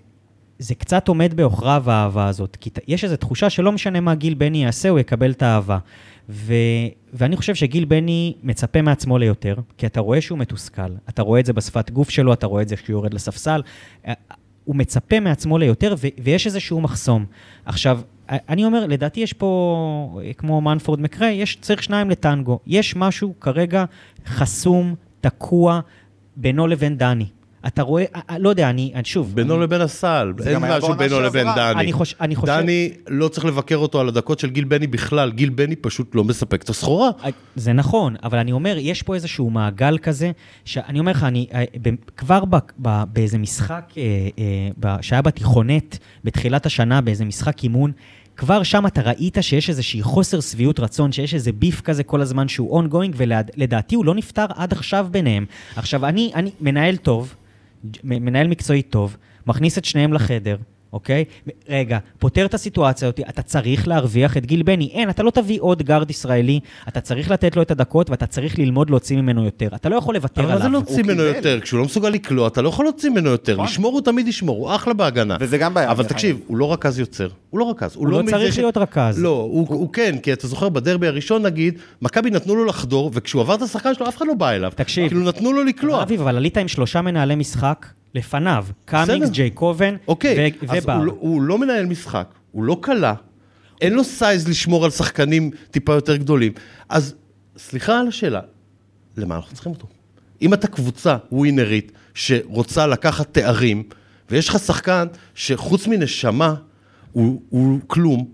זה קצת עומד באוכריו האהבה הזאת, כי יש איזו תחושה שלא משנה מה גיל בני יעשה, הוא יקבל את האהבה. ו... ואני חושב שגיל בני מצפה מעצמו ליותר, כי אתה רואה שהוא מתוסכל, אתה רואה את זה בשפת גוף שלו, אתה רואה את זה כשהוא יורד לספסל, הוא מצפה מעצמו ליותר, ו... ויש איזשהו מחסום. עכשיו, אני אומר, לדעתי יש פה, כמו מנפורד מקרה, יש צריך שניים לטנגו. יש משהו כרגע חסום, תקוע, בינו לבין דני. אתה רואה, לא יודע, אני, שוב... בינו לבין הסל, אין משהו בינו לבין דני. דני לא צריך לבקר אותו על הדקות של גיל בני בכלל, גיל בני פשוט לא מספק את הסחורה. זה נכון, אבל אני אומר, יש פה איזשהו מעגל כזה, שאני אומר לך, אני כבר באיזה משחק, שהיה בתיכונת, בתחילת השנה, באיזה משחק אימון, כבר שם אתה ראית שיש איזושהי חוסר סביעות רצון, שיש איזה ביף כזה כל הזמן שהוא ongoing, ולדעתי הוא לא נפטר עד עכשיו ביניהם. עכשיו, אני, אני מנהל טוב, מנהל מקצועי טוב, מכניס את שניהם לחדר, אוקיי? רגע, פותר את הסיטואציה אותי, אתה צריך להרוויח את גיל בני. אין, אתה לא תביא עוד גארד ישראלי, אתה צריך לתת לו את הדקות, ואתה צריך ללמוד להוציא ממנו יותר. אתה לא יכול לוותר עליו. אבל זה לא להוציא ממנו יותר, כשהוא לא מסוגל לקלוע, אתה לא יכול להוציא ממנו יותר. לשמור הוא תמיד ישמור, הוא אחלה בהגנה. וזה גם בעיה. אבל תקשיב, הוא לא רכז יוצר. הוא לא רכז. הוא לא צריך להיות רכז. לא, הוא כן, כי אתה זוכר בדרבי הראשון נגיד, מכבי נתנו לו לחדור, וכשהוא עבר את השחקן שלו, אף אחד לא בא אליו. תקשיב. כאילו נתנו לו לקלוע. אביב, אבל עלית עם שלושה מנהלי משחק לפניו, קאמינגס, ג'יי קובן ובר. הוא לא מנהל משחק, הוא לא קלה, אין לו סייז לשמור על שחקנים טיפה יותר גדולים. אז סליחה על השאלה, למה אנחנו צריכים אותו? אם אתה קבוצה ווינרית שרוצה לקחת תארים, ויש לך שחקן שחוץ מנשמה הוא, הוא כלום,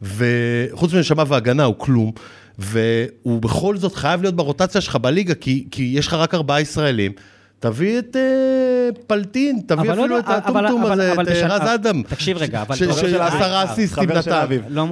וחוץ מנשמה והגנה הוא כלום, והוא בכל זאת חייב להיות ברוטציה שלך בליגה, כי, כי יש לך רק ארבעה ישראלים, תביא את פלטין, תביא אפילו את הטומטום הזה, את רז אדם. תקשיב רגע, אבל... של עשרה אסיסטים נתן.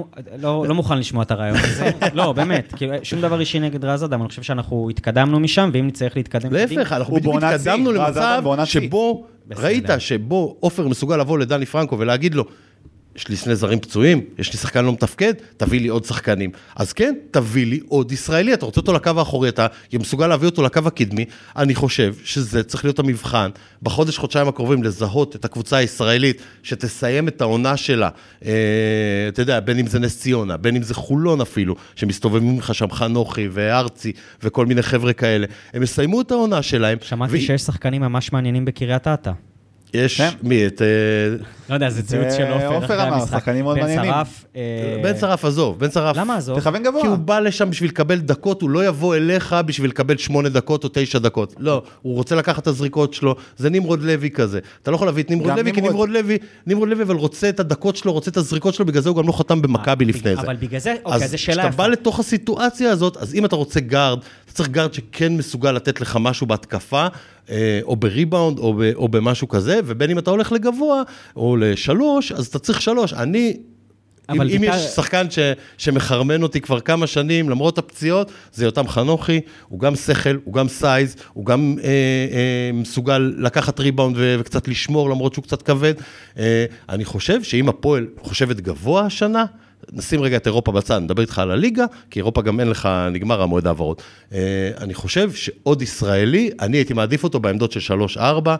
לא מוכן לשמוע את הרעיון הזה. לא, באמת, שום דבר אישי נגד רז אדם, אני חושב שאנחנו התקדמנו משם, ואם נצטרך להתקדם... להפך, אנחנו בדיוק התקדמנו למצב שבו, ראית שבו אופר מסוגל לבוא לדני פרנקו ולהגיד לו, יש לי שני זרים פצועים, יש לי שחקן לא מתפקד, תביא לי עוד שחקנים. אז כן, תביא לי עוד ישראלי, אתה רוצה אותו לקו האחורי, אתה מסוגל להביא אותו לקו הקדמי, אני חושב שזה צריך להיות המבחן, בחודש, חודשיים הקרובים, לזהות את הקבוצה הישראלית, שתסיים את העונה שלה, אה, אתה יודע, בין אם זה נס ציונה, בין אם זה חולון אפילו, שמסתובבים לך שם חנוכי וארצי, וכל מיני חבר'ה כאלה, הם מסיימו את העונה שלהם. שמעתי ו... שיש שחקנים ממש מעניינים בקריית אתא. יש מי, את... לא יודע, זה ציוץ של אופר. אופר אמר, שחקנים מאוד מעניינים. בן שרף עזוב, בן שרף. למה עזוב? תכוון גבוה. כי הוא בא לשם בשביל לקבל דקות, הוא לא יבוא אליך בשביל לקבל שמונה דקות או תשע דקות. לא, הוא רוצה לקחת את הזריקות שלו, זה נמרוד לוי כזה. אתה לא יכול להביא את נמרוד לוי, כי נמרוד לוי, נמרוד לוי, אבל רוצה את הדקות שלו, רוצה את הזריקות שלו, בגלל זה הוא גם לא חתם במכבי לפני זה. אבל בגלל זה, אוקיי, זה שאלה. אז כשאתה בא לתוך הסיטואציה הזאת, אז אם אתה רוצה גארד, אתה צריך גארד שכן מסוגל לתת לך משהו בהתקפה, או בריבאונד, או, או במשהו כזה, ובין אם אתה הולך לגבוה, או לשלוש, אז אתה צריך שלוש. אני, אם, אם יש שחקן ש, שמחרמן אותי כבר כמה שנים, למרות הפציעות, זה יותם חנוכי, הוא גם שכל, הוא גם סייז, הוא גם אה, אה, מסוגל לקחת ריבאונד ו, וקצת לשמור, למרות שהוא קצת כבד. אה, אני חושב שאם הפועל חושבת גבוה השנה, נשים רגע את אירופה בצד, נדבר איתך על הליגה, כי אירופה גם אין לך, נגמר המועד העברות. אני חושב שעוד ישראלי, אני הייתי מעדיף אותו בעמדות של שלוש ארבע,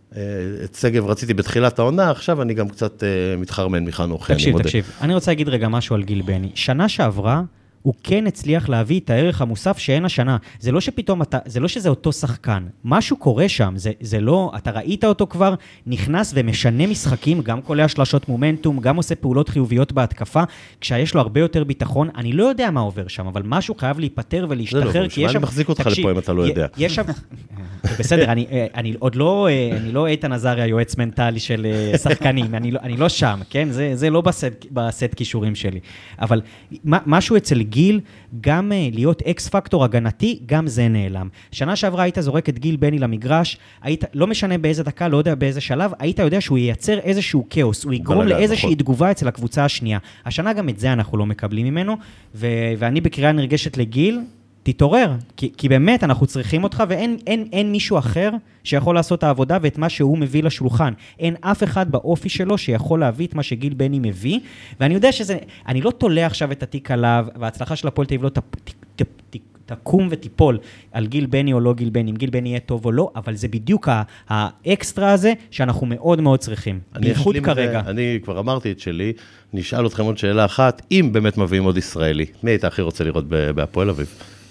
את סגב רציתי בתחילת העונה, עכשיו אני גם קצת מתחרמן מחנוכי. תקשיב, תקשיב, אני רוצה להגיד רגע משהו על גיל בני. שנה שעברה, הוא כן הצליח להביא את הערך המוסף שאין השנה. זה לא שפתאום אתה, זה לא שזה אותו שחקן. משהו קורה שם, זה, זה לא, אתה ראית אותו כבר, נכנס ומשנה משחקים, גם קולע שלשות מומנטום, גם עושה פעולות חיוביות בהתקפה, כשיש לו הרבה יותר ביטחון, אני לא יודע מה עובר שם, אבל משהו חייב להיפטר ולהשתחרר, כי יש שם... אני מחזיק אותך לפה אם אתה לא יודע. יש שם... בסדר, אני, אני עוד לא, אני לא איתן עזריה, יועץ מנטלי של שחקנים, אני לא, אני לא שם, כן? זה, זה לא בסט, בסט כישורים שלי. אבל משהו אצל גיל, גם להיות אקס פקטור הגנתי, גם זה נעלם. שנה שעברה היית זורק את גיל בני למגרש, היית, לא משנה באיזה דקה, לא יודע באיזה שלב, היית יודע שהוא ייצר איזשהו כאוס, הוא יגרום לאיזושהי תגובה אצל הקבוצה השנייה. השנה גם את זה אנחנו לא מקבלים ממנו, ו, ואני בקריאה נרגשת לגיל, תתעורר, כי, כי באמת אנחנו צריכים אותך, ואין אין, אין מישהו אחר שיכול לעשות את העבודה ואת מה שהוא מביא לשולחן. אין אף אחד באופי שלו שיכול להביא את מה שגיל בני מביא, ואני יודע שזה, אני לא תולה עכשיו את התיק עליו, וההצלחה של הפועל תל אביב לא ת, ת, ת, ת, תקום ותיפול על גיל בני או לא גיל בני, אם גיל בני יהיה טוב או לא, אבל זה בדיוק האקסטרה הזה שאנחנו מאוד מאוד צריכים. בייחוד כרגע. אני כבר אמרתי את שלי, נשאל אתכם עוד שאלה אחת, אם באמת מביאים עוד ישראלי, מי היית הכי רוצה לראות בהפועל אביב?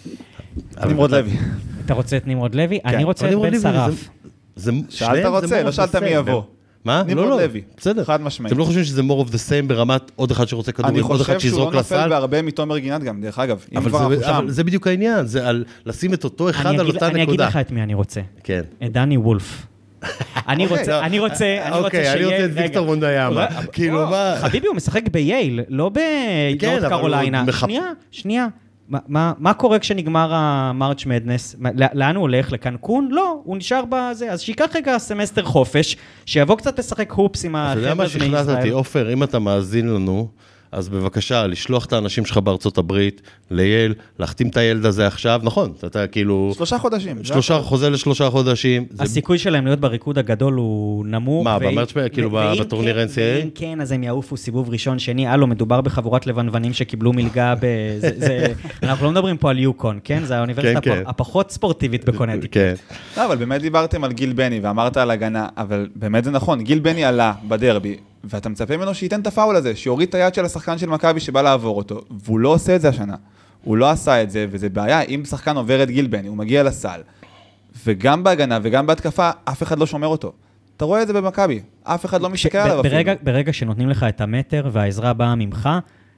נמרוד לוי. אתה רוצה את נמרוד לוי? אני רוצה את בן שרף. שאלת רוצה, לא שאלת מי יבוא. מה? נמרוד לוי. בסדר. חד משמעית. אתם לא חושבים שזה more of the same ברמת עוד אחד שרוצה כדורים, עוד אחד שיזרוק לסל? אני חושב שהוא לא נופל בהרבה מתומר גינת גם, דרך אגב. אבל זה בדיוק העניין, זה על לשים את אותו אחד על אותה נקודה. אני אגיד לך את מי אני רוצה. כן. את דני וולף. אני רוצה, אני רוצה, אני רוצה אוקיי, אני רוצה את ויקטור מונדיאמה. כאילו מה? חביבי, הוא משחק בייל, לא בנורת קרוליינה. שנייה, שנייה. מה, מה קורה כשנגמר המרץ' מדנס? לאן הוא הולך? לקנקון? לא, הוא נשאר בזה. אז שיקח רגע סמסטר חופש, שיבוא קצת לשחק הופס עם החבר'ה מישראל. אתה יודע מה שכנעת אותי, עופר, אם אתה מאזין לנו, אז בבקשה, לשלוח את האנשים שלך בארצות הברית, לייל, להחתים את הילד הזה עכשיו, נכון, אתה כאילו... שלושה חודשים. שלושה, חוזה לשלושה חודשים. הסיכוי שלהם להיות בריקוד הגדול הוא נמוך. מה, במרץ' כאילו בטורניר אן סי איי? ואם כן, אז הם יעופו סיבוב ראשון, שני, הלו, מדובר בחבורת לבנוונים שקיבלו מלגה ב... אנחנו לא מדברים פה על יוקון, כן? זה האוניברסיטה הפחות ספורטיבית בקונטיקט. כן. לא, אבל באמת דיברתם על גיל בני, ואמרת על הגנה, אבל באמת זה נכון, גיל בני עלה בדרבי, ואתה מצפה ממנו שייתן את הפאול הזה, שיוריד את היד של השחקן של מכבי שבא לעבור אותו, והוא לא עושה את זה השנה. הוא לא עשה את זה, וזה בעיה. אם שחקן עובר את גיל בני, הוא מגיע לסל, וגם בהגנה וגם בהתקפה, אף אחד לא שומר אותו. אתה רואה את זה במכבי, אף אחד לא משקר עליו אפילו. ברגע שנותנים לך את המטר והעזרה באה ממך,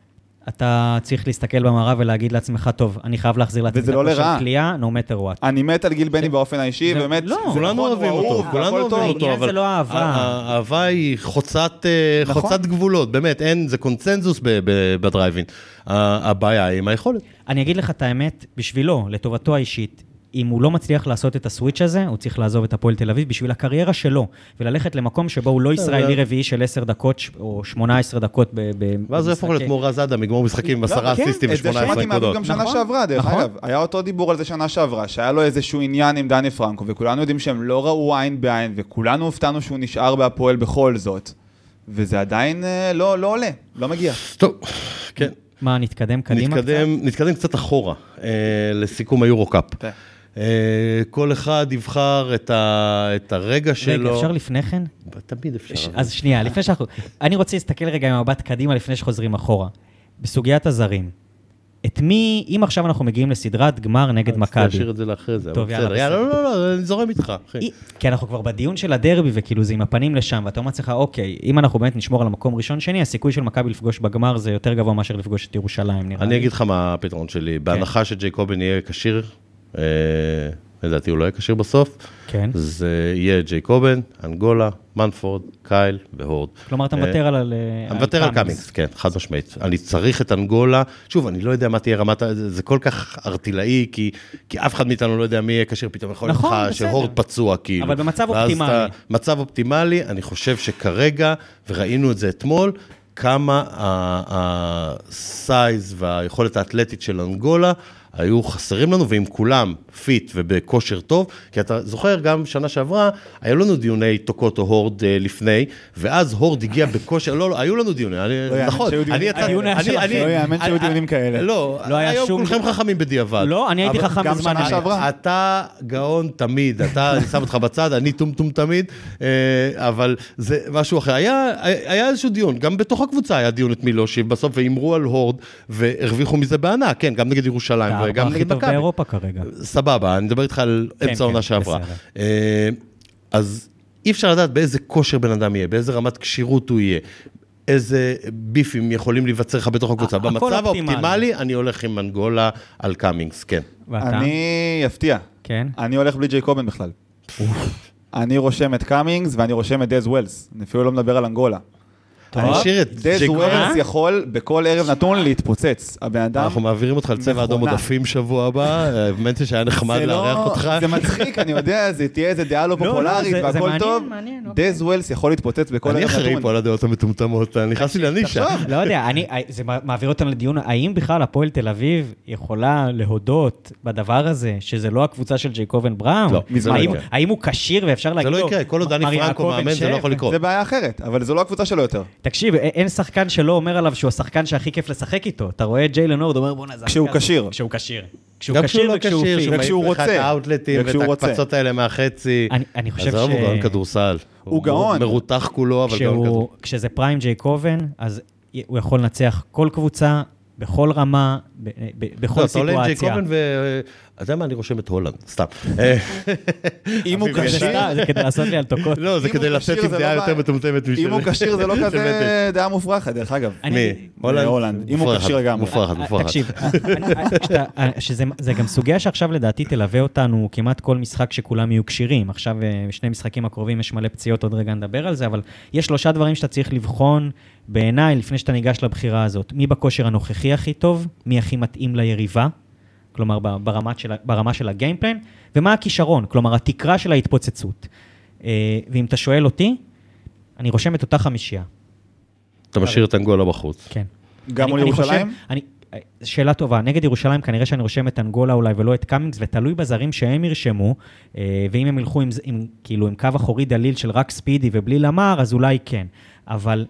אתה צריך להסתכל במראה ולהגיד לעצמך, טוב, אני חייב להחזיר לעצמך כושר קליעה, no matter what. אני מת על גיל בני באופן האישי, באמת, כולנו אוהבים אותו, כולנו אוהבים אותו, אבל זה לא אהבה. האהבה היא חוצת גבולות, באמת, אין, זה קונצנזוס בדרייבין. הבעיה היא עם היכולת. אני אגיד לך את האמת, בשבילו, לטובתו האישית, אם הוא לא מצליח לעשות את הסוויץ' הזה, הוא צריך לעזוב את הפועל תל אביב בשביל הקריירה שלו, וללכת למקום שבו הוא לא ישראלי רביעי של עשר דקות או שמונה עשרה דקות במשחקים. ואז הוא יהפוך להיות כמו רז אדם, מגמור משחקים עם עשרה אסיסטים ו-שמונה עשרה נקודות. גם שנה שעברה, דרך אגב. היה אותו דיבור על זה שנה שעברה, שהיה לו איזשהו עניין עם דני פרנקו, וכולנו יודעים שהם לא ראו עין בעין, וכולנו הופתענו שהוא נשאר בהפועל בכל זאת. וזה עדיין לא עולה, לא מגיע. טוב, כן. מה, נתקדם קדימה קצת? נתקדם קצת אחורה, לסיכום היורו-קאפ. כל אחד יבחר את הרגע שלו. רגע, אפשר לפני כן? תמיד אפשר. אז שנייה, לפני שאנחנו... אני רוצה להסתכל רגע עם מבט קדימה לפני שחוזרים אחורה. בסוגיית הזרים. את מי, אם עכשיו אנחנו מגיעים לסדרת גמר נגד מכבי. אז תשאיר את זה לאחרי זה. טוב, יאללה. לא, לא, לא, אני זורם איתך, אחי. כי אנחנו כבר בדיון של הדרבי, וכאילו זה עם הפנים לשם, ואתה אומר לך, אוקיי, אם אנחנו באמת נשמור על המקום ראשון שני, הסיכוי של מכבי לפגוש בגמר זה יותר גבוה מאשר לפגוש את ירושלים, נראה לי. אני אגיד לך מה הפתרון שלי. בהנחה שג'ייקובן יהיה כשיר, לדעתי הוא לא יהיה כשיר בסוף, זה יהיה ג'ייקובן, אנגולה, מנפורד, קייל והורד. כלומר, אתה מוותר על קאמינגס. אני מוותר על קאמינגס, כן, חד משמעית. אני צריך את אנגולה, שוב, אני לא יודע מה תהיה רמת, זה כל כך ארטילאי, כי אף אחד מאיתנו לא יודע מי יהיה כשיר, פתאום יכול להיות לך שהורד פצוע, כאילו. אבל במצב אופטימלי. מצב אופטימלי, אני חושב שכרגע, וראינו את זה אתמול, כמה הסייז והיכולת האתלטית של אנגולה, היו חסרים לנו, ועם כולם פיט ובכושר טוב, כי אתה זוכר גם שנה שעברה, היו לנו דיוני תוקות או הורד לפני, ואז הורד הגיע בכושר, לא, לא, היו לנו דיוני, נכון, לא יאמן שהיו דיונים כאלה. לא, היום כולכם חכמים בדיעבד. לא, אני הייתי חכם בזמן שעברה. אתה גאון תמיד, אתה, אני שם אותך בצד, אני טום-טום תמיד, אבל זה משהו אחר. היה, היה איזשהו דיון, גם בתוך הקבוצה היה דיון את מי להושיב, בסוף ואמרו על הורד, והרוויחו מזה בענק, כן, גם נגד ירושלים, וגם נגד מכבי. באירופה כרגע. סבבה, אני מדבר איתך על אמצע העונה שעברה. אז אי אפשר לדעת באיזה כושר בן אדם יהיה, באיזה רמת קשירות הוא יהיה, איזה ביפים יכולים להיווצר לך בתוך הקבוצה. במצב האופטימלי, אני הולך עם אנגולה על קאמינגס, כן. אני אפתיע. כן. אני הולך בלי ג'ייקובן בכלל. אני רושם את קאמינגס ואני רושם את דז ווילס. אני אפילו לא מדבר על אנגולה. דז ווילס יכול בכל ערב נתון להתפוצץ. הבן אדם... אנחנו מעבירים אותך לצבע אדום עודפים שבוע הבא, באמת שהיה נחמד לארח אותך. זה מצחיק, אני יודע, זה תהיה איזה דעה לא פופולרית והכל טוב. דז ווילס יכול להתפוצץ בכל ערב נתון. אני אחראי פה על הדעות המטומטמות, אני נכנסתי לנישה. לא יודע, זה מעביר אותנו לדיון, האם בכלל הפועל תל אביב יכולה להודות בדבר הזה, שזה לא הקבוצה של ג'ייקובן בראון? לא, זה לא יקרה. האם הוא כשיר ואפשר להגיד זה לא יקרה, כל עוד דני פרנקו מאמן, זה לא יכול לקרות. זה בעיה אחרת, אבל זה לא הקבוצה שלו יותר. תקשיב, אין שחקן שלא אומר עליו שהוא השחקן שהכי כיף לשחק איתו. אתה רואה את ג'יילן הורד, אומר בוא נזק. כשהוא כשיר. כשהוא כשיר. כשהוא כשיר וכשהוא פיט. וכשהוא רוצה. את האוטלטים ואת הקפצות האלה מהחצי. אני חושב ש... אז הוא גאון כדורסל. הוא גאון. מרותח כולו, אבל גאון כדורסל. כשזה פריים ג'ייקובן, אז הוא יכול לנצח כל קבוצה, בכל רמה, בכל סיטואציה. אתה עולה עם ג'ייקובן ו... אתה יודע מה, אני רושם את הולנד, סתם. אם הוא כשיר... זה כדי לעשות לי על תוקות. לא, זה כדי לצאת עם דעה יותר מטומטמת משלי. אם הוא כשיר זה לא כזה דעה מופרכת, דרך אגב. מי? הולנד. אם הוא כשיר לגמרי. מופרכת, מופרכת. תקשיב, שזה גם סוגיה שעכשיו לדעתי תלווה אותנו כמעט כל משחק שכולם יהיו כשירים. עכשיו, בשני משחקים הקרובים יש מלא פציעות, עוד רגע נדבר על זה, אבל יש שלושה דברים שאתה צריך לבחון בעיניי לפני שאתה ניגש לבחירה הזאת. מי בכושר הנוכחי הכי טוב? מי הכי מתאים ליריבה? כלומר, ברמת של, ברמה של הגיימפלן, ומה הכישרון, כלומר, התקרה של ההתפוצצות. ואם אתה שואל אותי, אני רושם את אותה חמישייה. אתה משאיר את אנגולה בחוץ. כן. גם מול ירושלים? אני, שאלה טובה, נגד ירושלים כנראה שאני רושם את אנגולה אולי ולא את קאמינגס, ותלוי בזרים שהם ירשמו, ואם הם ילכו עם, עם, כאילו, עם קו אחורי דליל של רק ספידי ובלי למר, אז אולי כן. אבל...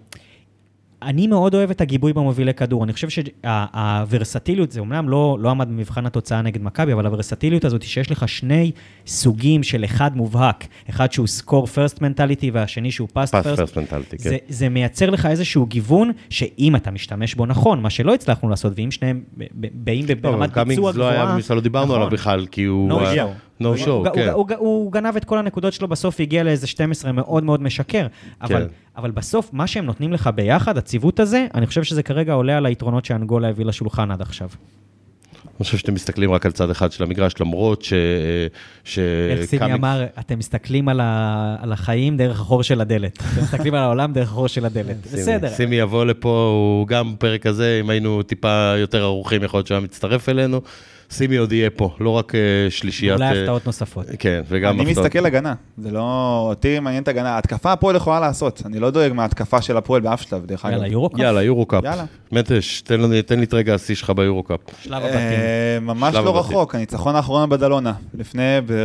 אני מאוד אוהב את הגיבוי במובילי כדור. אני חושב שהוורסטיליות, זה אומנם לא, לא עמד במבחן התוצאה נגד מכבי, אבל הוורסטיליות הזאת שיש לך שני סוגים של אחד מובהק, אחד שהוא סקור פרסט מנטליטי, והשני שהוא פאסט פרסט. זה, זה מייצר לך איזשהו גיוון, שאם אתה משתמש בו נכון, מה שלא הצלחנו לעשות, ואם שניהם באים ברמת ביצוע גבוהה... לא היה במיסה, לא דיברנו עליו בכלל, כי הוא... נו שואו, כן. הוא גנב את כל הנקודות שלו, בסוף הגיע לאיזה שתים עשרה מאוד מאוד משקר, אבל בסוף מה שהם נותנים לך ביחד, הציוות הזה, אני חושב שזה כרגע עולה על היתרונות שאנגולה הביא לשולחן עד עכשיו. אני חושב שאתם מסתכלים רק על צד אחד של המגרש, למרות ש... איך סימי אמר, אתם מסתכלים על החיים דרך החור של הדלת. אתם מסתכלים על העולם דרך החור של הדלת. בסדר. סימי יבוא לפה, הוא גם פרק הזה, אם היינו טיפה יותר ערוכים, יכול להיות שהוא מצטרף אלינו. סימי עוד יהיה פה, לא רק שלישיית... אולי הפתעות נוספות. כן, וגם אני מסתכל הגנה, זה לא... אותי מעניין את הגנה. התקפה הפועל יכולה לעשות, אני לא דואג מההתקפה של הפועל באף שלב, דרך אגב. יאללה, יורוקאפ. יאללה, יורוקאפ. מנטש, תן לי את רגע השיא שלך ביורוקאפ. שלב הבתים. ממש לא רחוק, הניצחון האחרון בדלונה, לפני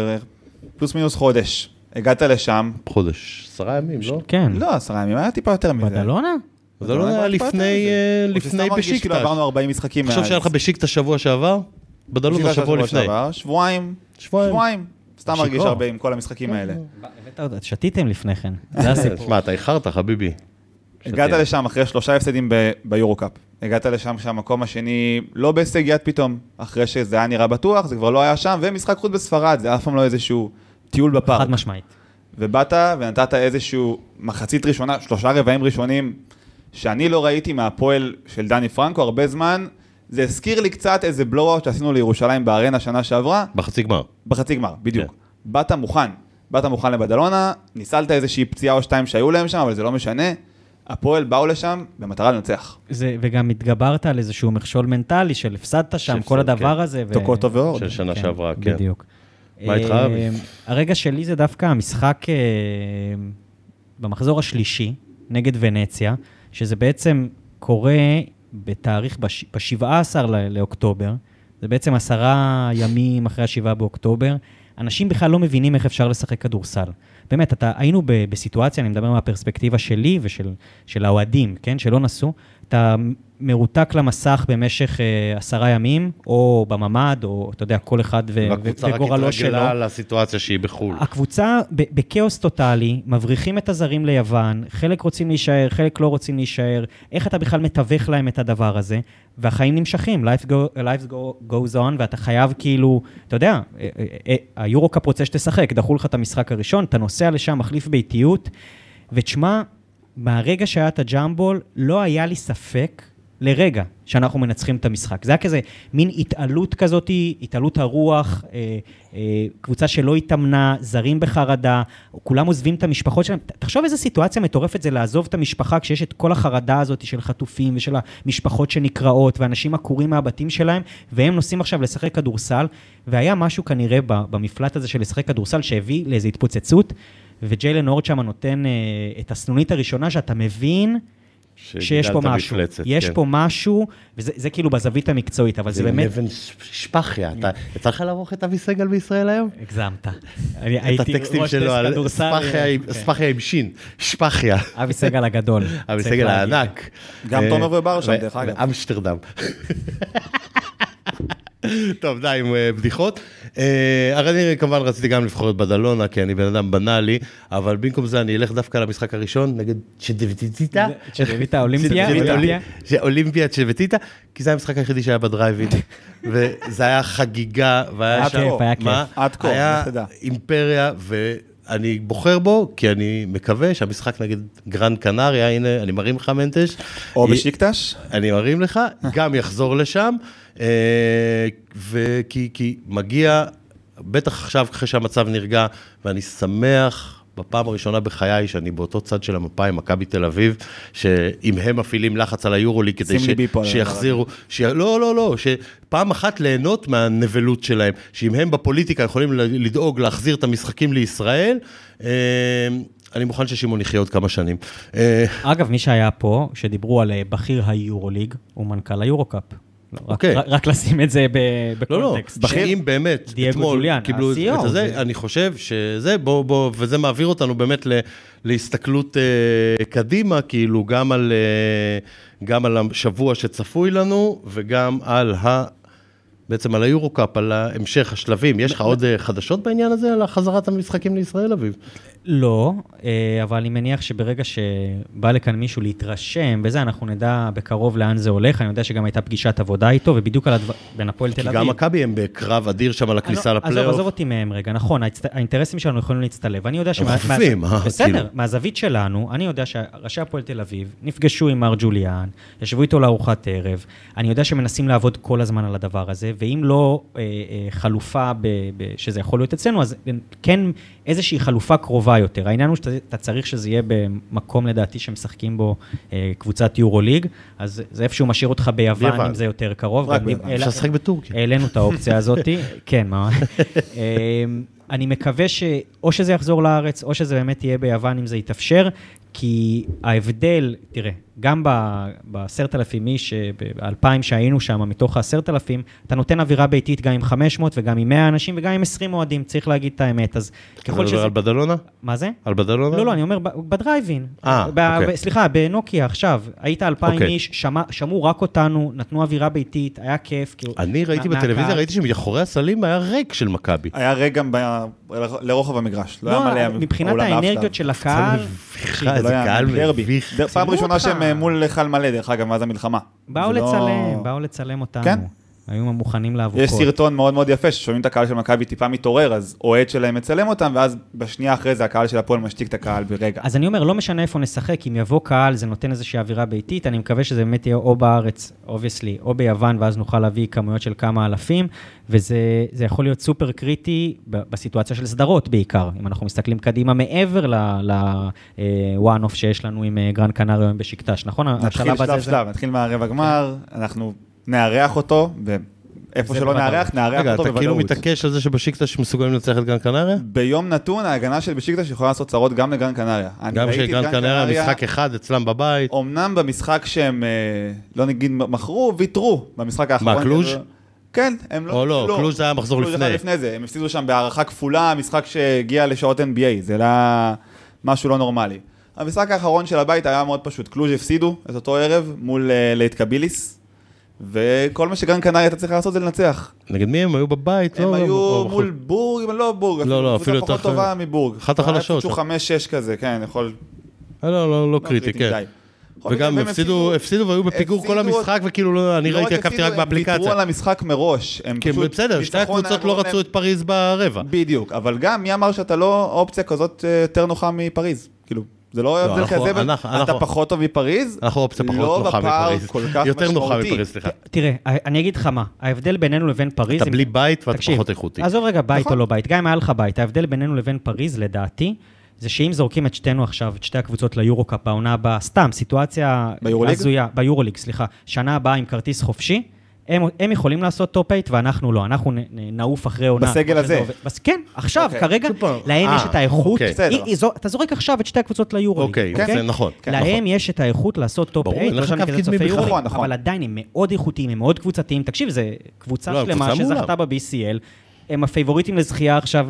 פלוס מינוס חודש. הגעת לשם. חודש, עשרה ימים, לא? כן. לא, עשרה ימים, היה טיפה יותר מזה. בדלונה? זה לא היה לפני בשיקטה. עברנו ארבעים משחקים מאז. חושב שהיה לך בשיקטה שבוע שעבר? בדלונה שבוע לפני. שבועיים. שבועיים. סתם מרגיש הרבה עם כל המשחקים האלה. שתיתם לפני כן. זה הסיפור. מה, אתה איחרת, חביבי? הגעת לשם אחרי שלושה הפסדים ביורוקאפ. הגעת לשם שהמקום השני לא בהישג יד פתאום. אחרי שזה היה נראה בטוח, זה כבר לא היה שם, ומשחק חוץ בספרד, זה אף פעם לא איזשהו טיול בפארק. חד משמעית. ובאת ונתת איזשהו מחצית ראשונה, שלושה רבעים ראשונים, שאני לא ראיתי מהפועל של דני פרנקו הרבה זמן. זה הזכיר לי קצת איזה בלואו שעשינו לירושלים בארנה שנה שעברה. בחצי גמר. בחצי גמר, בדיוק. Yeah. באת מוכן, באת מוכן לבדלונה, ניסלת איזושהי פציעה או שתיים שהיו להם שם, אבל זה לא משנה. הפועל באו לשם במטרה לנצח. זה, וגם התגברת על איזשהו מכשול מנטלי של הפסדת שם, כל הדבר הזה. תוקות ועוד. של שנה שעברה, כן. בדיוק. מה איתך, אבי? הרגע שלי זה דווקא המשחק במחזור השלישי, נגד ונציה, שזה בעצם קורה בתאריך ב-שבעה עשר לאוקטובר, זה בעצם עשרה ימים אחרי השבעה באוקטובר. אנשים בכלל לא מבינים איך אפשר לשחק כדורסל. באמת, אתה, היינו ב, בסיטואציה, אני מדבר מהפרספקטיבה שלי ושל של האוהדים, כן, שלא נסו, אתה מרותק למסך במשך אה, עשרה ימים, או בממד, או אתה יודע, כל אחד ו, והקבוצה רק התרגלה לסיטואציה שהיא בחול. הקבוצה ב, בכאוס טוטלי, מבריחים את הזרים ליוון, חלק רוצים להישאר, חלק לא רוצים להישאר, איך אתה בכלל מתווך להם את הדבר הזה, והחיים נמשכים, life, go, life go, goes on, ואתה חייב כאילו, אתה יודע, היורו-קאפ רוצה שתשחק, דחו לך את המשחק הראשון, אתה נוסע לשם, מחליף ביתיות, ותשמע, מהרגע שהיה את הג'אמבול, לא היה לי ספק לרגע שאנחנו מנצחים את המשחק. זה היה כזה מין התעלות כזאת, התעלות הרוח, אה, אה, קבוצה שלא התאמנה, זרים בחרדה, כולם עוזבים את המשפחות שלהם. תחשוב איזו סיטואציה מטורפת זה לעזוב את המשפחה, כשיש את כל החרדה הזאת של חטופים ושל המשפחות שנקראות, ואנשים עקורים מהבתים שלהם, והם נוסעים עכשיו לשחק כדורסל, והיה משהו כנראה במפלט הזה של לשחק כדורסל, שהביא לאיזו התפוצצות, וג'יילן הורד שם נותן אה, את הסנונית הראשונה, שאתה מבין שיש פה משהו. מפלצת, יש כן. פה משהו, וזה זה כאילו בזווית המקצועית, אבל זה, זה באמת... זה נבן שפחיה. אתה יצא לך לערוך את אבי סגל בישראל היום? הגזמת. את הטקסטים שלו על ספחיה עם שין. שפחיה. אבי סגל הגדול. אבי סגל הענק. גם תומר ובר שם, דרך אגב. אמסטרדם. טוב, די עם בדיחות. הרי אני כמובן רציתי גם לבחור את בדלונה, כי אני בן אדם בנאלי, אבל במקום זה אני אלך דווקא למשחק הראשון, נגד צ'דוויטיטה. צ'דוויטה, אולימפיה. אולימפיה, צ'דוויטיטה, כי זה המשחק היחידי שהיה בדרייבין, וזה היה חגיגה, והיה שם, היה כיף, היה אימפריה, ואני בוחר בו, כי אני מקווה שהמשחק נגד גרן קנריה, הנה, אני מרים לך מנטש. או בשיקטש. אני מרים לך, גם יחזור לשם, וכי כי מגיע, בטח עכשיו אחרי שהמצב נרגע, ואני שמח בפעם הראשונה בחיי, שאני באותו צד של המפה עם מכבי תל אביב, שאם הם מפעילים לחץ על היורוליג, כדי ש... שיחזירו, ש... לא, לא, לא, שפעם אחת ליהנות מהנבלות שלהם, שאם הם בפוליטיקה יכולים לדאוג להחזיר את המשחקים לישראל, אני מוכן ששימון יחיה עוד כמה שנים. אגב, מי שהיה פה, שדיברו על בכיר היורוליג, הוא מנכ"ל היורוקאפ. רק לשים את זה בקונטקסט. לא, לא, שאם באמת, אתמול קיבלו את זה, אני חושב שזה, בוא, בוא, וזה מעביר אותנו באמת להסתכלות קדימה, כאילו גם על השבוע שצפוי לנו, וגם על ה... בעצם על היורוקאפ, על המשך השלבים. יש לך עוד חדשות בעניין הזה, על החזרת המשחקים לישראל, אביב? לא, אבל אני מניח שברגע שבא לכאן מישהו להתרשם, בזה אנחנו נדע בקרוב לאן זה הולך, אני יודע שגם הייתה פגישת עבודה איתו, ובדיוק על הדבר, בין הפועל תל אביב. כי גם מכבי הם בקרב אדיר שם על הכניסה לפלייאוף. עזוב, עזוב אותי מהם רגע, נכון, האינטרסים שלנו יכולים להצטלב. אני יודע בסדר, מהזווית שלנו, אני יודע שראשי הפועל תל אביב נפגשו עם מר ג'וליאן, ישבו איתו לארוחת ערב. אני יודע שמנסים לעבוד כל הזמן על הדבר הזה, ואם לא אה, אה, חלופה ב, ב, שזה יכול להיות אצלנו, אז כן איזושהי חלופה קרובה יותר. העניין הוא שאתה צריך שזה יהיה במקום לדעתי שמשחקים בו אה, קבוצת יורוליג, אז זה איפשהו משאיר אותך ביוון, ביוון. אם זה יותר קרוב. רק ביוון, אפשר לשחק בטורקיה. העלינו את האופציה הזאת, כן, ממש. אה, אני מקווה שאו שזה יחזור לארץ, או שזה באמת יהיה ביוון אם זה יתאפשר, כי ההבדל, תראה, גם בעשרת אלפים איש, באלפיים שהיינו שם, מתוך העשרת אלפים, אתה נותן אווירה ביתית גם עם חמש מאות וגם עם מאה אנשים וגם עם עשרים אוהדים, צריך להגיד את האמת. אז ככל שזה... על בדלונה? מה זה? על בדלונה? לא, לא, אני אומר, בדרייבין. אה, אוקיי. סליחה, בנוקיה עכשיו, היית אלפיים איש, שמעו רק אותנו, נתנו אווירה ביתית, היה כיף. אני ראיתי בטלוויזיה, ראיתי שמאחורי הסלים היה ריק של מכבי. היה ריק גם לרוחב המגרש. לא, מבחינת האנרגיות של הקהל, זה קהל מביך. פעם ראשונה שהם מול חל מלא, דרך אגב, מאז המלחמה. באו לצלם, באו לצלם אותנו. כן. היו מוכנים לאבוקות. יש סרטון מאוד מאוד יפה, ששומעים את הקהל של מכבי טיפה מתעורר, אז אוהד שלהם מצלם אותם, ואז בשנייה אחרי זה הקהל של הפועל משתיק את הקהל ברגע. אז אני אומר, לא משנה איפה נשחק, אם יבוא קהל, זה נותן איזושהי אווירה ביתית, אני מקווה שזה באמת יהיה או בארץ, obviously, או ביוון, ואז נוכל להביא כמויות של כמה אלפים, וזה זה יכול להיות סופר קריטי בסיטואציה של סדרות בעיקר, אם אנחנו מסתכלים קדימה מעבר ל-one off שיש לנו עם גרן קנריה או בשקטש, נכון? נתחיל שלב שלב, נתחיל מהרבע גמר, אנחנו נארח אותו, ואיפה שלא נארח, נארח אותו בוודאות. אתה כאילו מתעקש על זה שבשיקטש מסוגלים לנצח את גרן קנריה? ביום נתון, ההגנה של בשיקטש יכולה לעשות צרות גם לגרן קנריה. גם של גרן קנריה, משחק אחד אצלם בבית. אמנם במשחק שהם, לא נגיד, מכרו, ויתרו במשחק האחרון. מה, קלוז'? כן, הם לא... או לא, קלוז' זה היה מחזור לפני. קלוז' לפני זה, הם הפסידו שם בהערכה כפולה, משחק שהגיע לשעות אן בי איי, זה היה משהו לא נורמלי. המשחק האחרון של הבית היה מאוד פשוט, קלוז' הפסידו את אותו ערב מול לייט קביליס, וכל מה שגרן קנריה אתה צריך לעשות זה לנצח. נגד מי הם היו בבית? הם היו מול בורג, אבל לא בורג, לא, לא, אפילו יותר... פחות טובה מבורג. אחת החלשות. היה חמש שש כזה, כן, יכול... לא, לא, לא קריטי, כן. וגם הפסידו, הפסידו והיו בפיגור כל המשחק, וכאילו אני ראיתי, עקבתי רק באפליקציה. הם ויתרו על המשחק מראש. בסדר, שתי הקבוצות לא רצו את פריז ברבע. בדיוק, אבל גם מי אמר שאתה לא אופציה כזאת יותר נוחה מפריז? כאילו, זה לא הבדל כזה, אתה פחות טוב מפריז, אנחנו אופציה פחות נוחה מפריז. יותר נוחה מפריז, סליחה. תראה, אני אגיד לך מה, ההבדל בינינו לבין פריז... אתה בלי בית ואתה פחות איכותי. עזוב רגע, בית או לא בית, גם אם היה לך בית, ההבדל בינינו לבין פריז, לדעתי, זה שאם זורקים את שתינו עכשיו, את שתי הקבוצות ליורוקאפ, בעונה הבאה, סתם, סיטואציה הזויה, ביורוליג, סליחה, שנה הבאה עם כרטיס חופשי, הם, הם יכולים לעשות טופ אייט ואנחנו לא, אנחנו נעוף אחרי עונה. בסגל הזה. בס, כן, עכשיו, okay. כרגע, להם 아, יש את האיכות, okay. היא, היא, זו, אתה זורק עכשיו את שתי הקבוצות ליורוליג. אוקיי, okay, okay? זה נכון. להם נכון. יש את האיכות לעשות טופ אייט, נכון, נכון, אבל עדיין הם מאוד איכותיים, הם מאוד קבוצתיים, תקשיב, זה קבוצה לא, שלמה שזכתה ב-בי סי אל, הם הפייבוריטים לזכייה עכשיו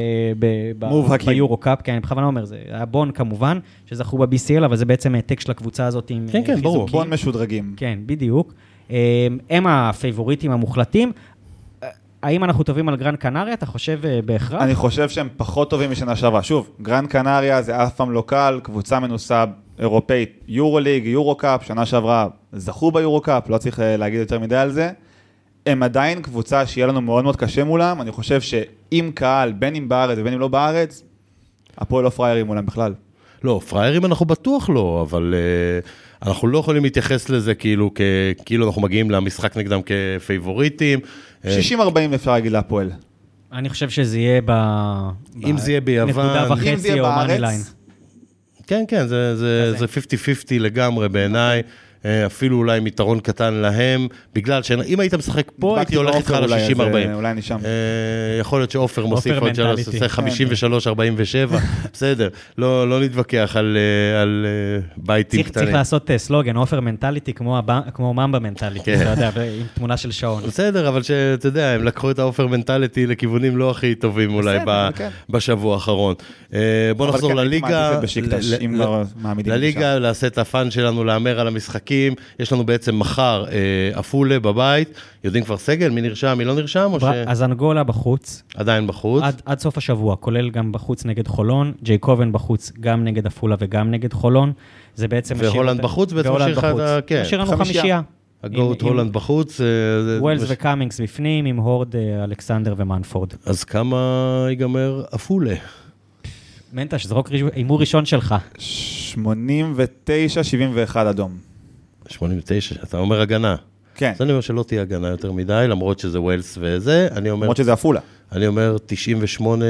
ביורו-קאפ, כי אני בכוונה אומר, זה היה בון כמובן, שזכו ב-בי סי אל, אבל זה בעצם העתק של הקבוצה הזאת עם חיזוקים. כן, כן, ברור. בון משודרגים. כן, בדיוק. הם הפייבוריטים המוחלטים. האם אנחנו טובים על גרן קנריה? אתה חושב בהכרח? אני חושב שהם פחות טובים משנה שעברה. שוב, גרן קנריה זה אף פעם לא קל, קבוצה מנוסה אירופאית, יורו-ליג, יורו-קאפ, שנה שעברה זכו ביורו-קאפ, לא צריך להגיד יותר מדי על זה. הם עדיין קבוצה שיהיה לנו מאוד מאוד קשה מולם, אני חושב שאם קהל, בין אם בארץ ובין אם לא בארץ, הפועל לא פריירים מולם בכלל. לא, פריירים אנחנו בטוח לא, אבל uh, אנחנו לא יכולים להתייחס לזה כאילו, כ, כאילו אנחנו מגיעים למשחק נגדם כפייבוריטים. שישים ארבעים אפשר להגיד להפועל. אני חושב שזה יהיה ב... אם זה יהיה ביוון, נקודה וחצי או מאני ליין. כן, כן, זה, זה, זה חמישים חמישים לגמרי בעיניי. אפילו אולי עם יתרון קטן להם, בגלל שאם היית משחק פה, הייתי הולך איתך ל-שישים ארבעים. אולי נשם. יכול להיות שאופר מוסיף עוד שלוש, עושה חמישים ושלוש ארבעים ושבע, בסדר, לא נתווכח על בייטים קטנים. צריך לעשות סלוגן, אופר מנטליטי, כמו ממבה מנטליטי, אתה יודע, עם תמונה של שעון. בסדר, אבל שאתה יודע, הם לקחו את האופר מנטליטי לכיוונים לא הכי טובים אולי בשבוע האחרון. בוא נחזור לליגה, לליגה, לעשה את הפאן שלנו, לאמר על המשחק. יש לנו בעצם מחר אפולה בבית, יודעים כבר סגל, מי נרשם, מי לא נרשם? אז אנגולה בחוץ. עדיין בחוץ. עד, עד סוף השבוע, כולל גם בחוץ נגד חולון, ג'ייקובן בחוץ גם נגד אפולה וגם נגד חולון. זה בעצם... והולנד בחוץ, בעצם משאיר לך... כן. משאיר לנו חמישייה. הגוט הולנד בחוץ. ווילס וקאמינגס בפנים, עם הורד, אלכסנדר ומנפורד. אז כמה ייגמר אפולה? מנטש, זרוק אימור ראשון שלך. שמונים ותשע שבעים ואחת אדום. שמונים ותשע, אתה אומר הגנה. כן. אז אני אומר שלא תהיה הגנה יותר מדי, למרות שזה ווילס וזה, אני אומר... למרות שזה אפולה. אני אומר תשעים ושמונה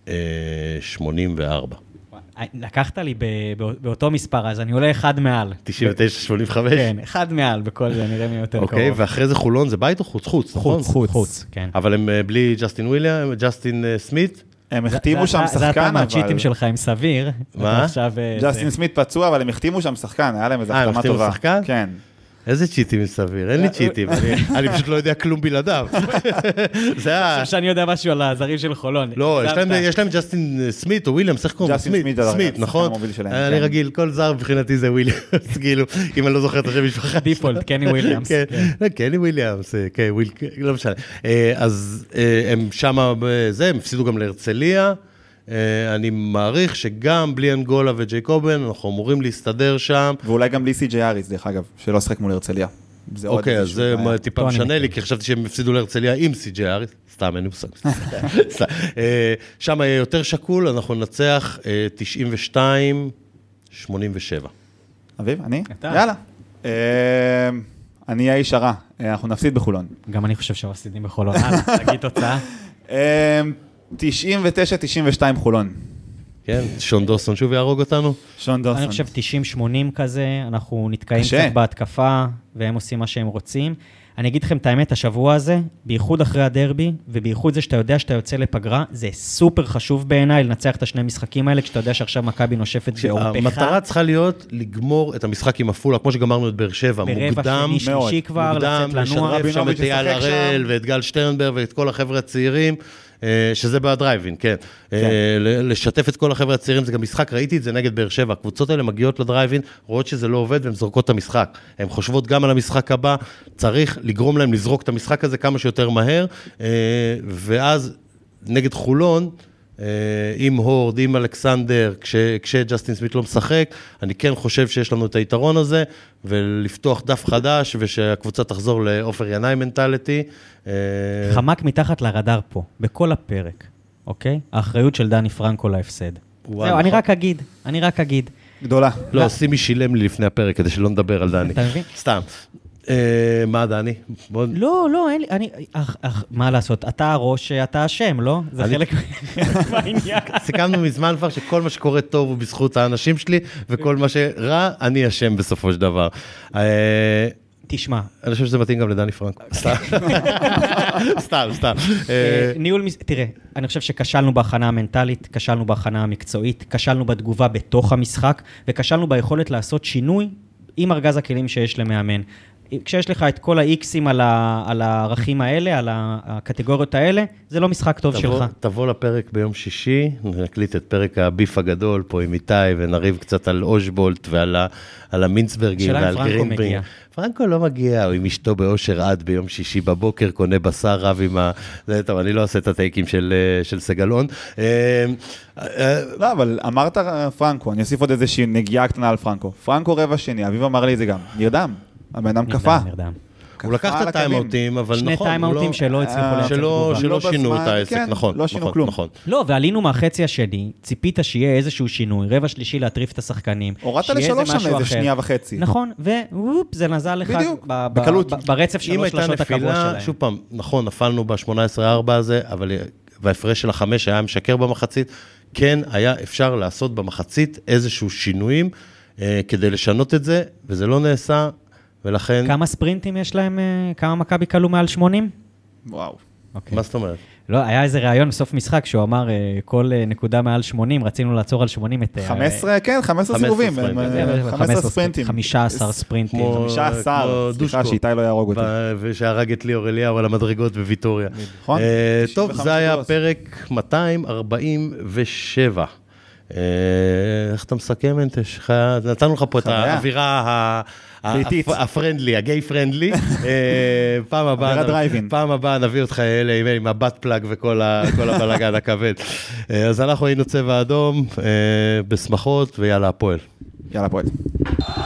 שמונים וארבע. לקחת לי באותו מספר, אז אני עולה אחד מעל. תשעים ותשע שמונים וחמש? כן, אחד מעל, בכל זה נראה מי יותר קרוב. אוקיי, ואחרי זה חולון, זה בית או חוץ? חוץ, נכון? חוץ, חוץ, כן. אבל הם בלי ג'סטין וויליאם, ג'סטין סמית? הם החתימו שם שחקן, אבל... זה אתה מהצ'יטים שלך עם סביר. מה? ג'סטין סמית פצוע, אבל הם החתימו שם שחקן, היה להם איזו החתמה טובה. אה, הם החתימו שחקן? כן. איזה צ'יטים מסביר? אין לי צ'יטים, אני פשוט לא יודע כלום בלעדיו. זה ה... שאני יודע משהו על הזרים של חולון. לא, יש להם ג'סטין סמית או וויליאמס, איך קוראים? סמית, נכון? אני רגיל, כל זר מבחינתי זה וויליאמס, כאילו, אם אני לא זוכר את השם משפחה. דיפולט, קני וויליאמס. קני וויליאמס, כן, לא משנה. אז הם שמה בזה, הם הפסידו גם להרצליה, אני מעריך שגם בלי אנגולה וג'ייקובן, אנחנו אמורים להסתדר שם. ואולי גם בלי סי.ג'יי אריס, דרך אגב, שלא שחק מול הרצליה. אוקיי, אז זה טיפה משנה לי, כי חשבתי שהם הפסידו להרצליה עם סי.ג'יי אריס. סתם, אין לי מושג. שם יהיה יותר שקול, אנחנו ננצח תשעים ושתיים שמונים ושבע. אביב, אני? יאללה. אני האיש הרע, אנחנו נפסיד בחולון. גם אני חושב שמפסידים בחולון. תגיד תוצאה. תשעים ותשע תשעים ושתיים חולון. כן, שון דוסון שוב יהרוג אותנו? שון דוסון. אני חושב תשעים שמונים כזה, אנחנו נתקעים קצת בהתקפה, והם עושים מה שהם רוצים. אני אגיד לכם את האמת, השבוע הזה, בייחוד אחרי הדרבי, ובייחוד זה שאתה יודע שאתה יוצא לפגרה, זה סופר חשוב בעיניי לנצח את השני משחקים האלה, כשאתה יודע שעכשיו מכבי נושפת בעורפך. המטרה צריכה להיות לגמור את המשחק עם הפולה, כמו שגמרנו את באר שבע, מוקדם, שלישי כבר, לצאת לנוע. לשרף שם את אייל הראל ואת גל שטרנברג ואת כל החבר'ה הצעירים, שזה בדרייבין, כן. לשתף את כל החבר'ה הצעירים, זה גם משחק, ראיתי את זה נגד באר שבע, הקבוצות האלה מגיעות לדרייבין, רואות שזה לא עובד והן זורקות את המשחק. הן חושבות גם על המשחק הבא, צריך לגרום להם לזרוק את המשחק הזה כמה שיותר מהר, ואז נגד חולון, עם הורד, עם אלכסנדר, כשג'סטין סמית לא משחק, אני כן חושב שיש לנו את היתרון הזה, ולפתוח דף חדש, ושהקבוצה תחזור לאופר ינאי מנטליטי. חמק מתחת לרדאר פה, בכל הפרק, אוקיי? האחריות של דני פרנקו להפסד. זהו, אני רק אגיד, אני רק אגיד. גדולה. לא, שימי שילם לי לפני הפרק, כדי שלא נדבר על דני. אתה מבין? סתם. מה דני? לא, לא, אין לי, אני, מה לעשות, אתה הראש, אתה השם, לא? זה חלק מהעניין. סיכמנו מזמן כבר שכל מה שקורה טוב הוא בזכות האנשים שלי, וכל מה שרע, אני השם בסופו של דבר. תשמע. אני חושב שזה מתאים גם לדני פרנקו. סתם, סתם, סתם. ניהול, תראה, אני חושב שכשלנו בהכנה המנטלית, כשלנו בהכנה המקצועית, כשלנו בתגובה בתוך המשחק, וכשלנו ביכולת לעשות שינוי עם ארגז הכלים שיש למאמן. כשיש לך את כל ה-X'ים על, על הערכים האלה, על הקטגוריות האלה, זה לא משחק טוב תבוא, שלך. תבוא לפרק ביום שישי, נקליט את פרק הביף הגדול פה עם איתי, ונריב קצת על אושבולט ועל ה, על המינסברגים ועל גרינברג. פרנקו לא מגיע, הוא עם אשתו באושר עד ביום שישי בבוקר, קונה בשר רב עם ה... זה טוב, אני לא עושה את הטייקים של, של סגלון. לא, אבל אמרת פרנקו, אני אוסיף עוד איזושהי נגיעה קטנה על פרנקו. פרנקו רבע שני, אביב אמר לי את זה גם, נרדם. הבן אדם קפה. הוא לקח את הטיימאוטים, אבל נכון. שני טיימאוטים שלא הצליחו לייצר תגובה. שלא שינו את העסק, נכון. לא שינו כלום. לא, ועלינו מהחצי השני, ציפית שיהיה איזשהו שינוי, רבע שלישי להטריף את השחקנים. הורדת לשלוש שם איזה שנייה וחצי. נכון, ווופ, זה נזל לך ברצף שלוש שלושות הקבוע שלהם. שוב פעם, נכון, נפלנו ב-שמונה עשרה ארבע הזה, אבל וההפרש של החמש היה משקר במחצית, כן היה אפשר לעשות במחצית איזשהו שינויים, כדי לשנות את זה, וזה לא נעשה, ולכן... כמה ספרינטים יש להם, כמה מכבי קלו מעל שמונים? וואו. מה זאת אומרת? לא, היה איזה רעיון בסוף משחק, שהוא אמר, כל נקודה מעל שמונים, רצינו לעצור על שמונים את... חמש עשרה, כן, חמש עשרה סיבובים. חמש עשרה ספרינטים. חמישה עשר ספרינטים. חמישה עשר, סליחה, שאיתי לא יהרוג אותי. ושהרג את ליאור אליהו על המדרגות בוויטוריה. נכון. טוב, זה היה פרק מאתיים ארבעים ושבע. איך אתה מסכם, אנטש? נתנו לך פה את האווירה הפרנדלי, הגיי פרנדלי. פעם הבאה נביא אותך אלה עם הבת פלאג וכל הבלגן הכבד. אז אנחנו היינו צבע אדום, בשמחות, ויאללה הפועל. יאללה הפועל.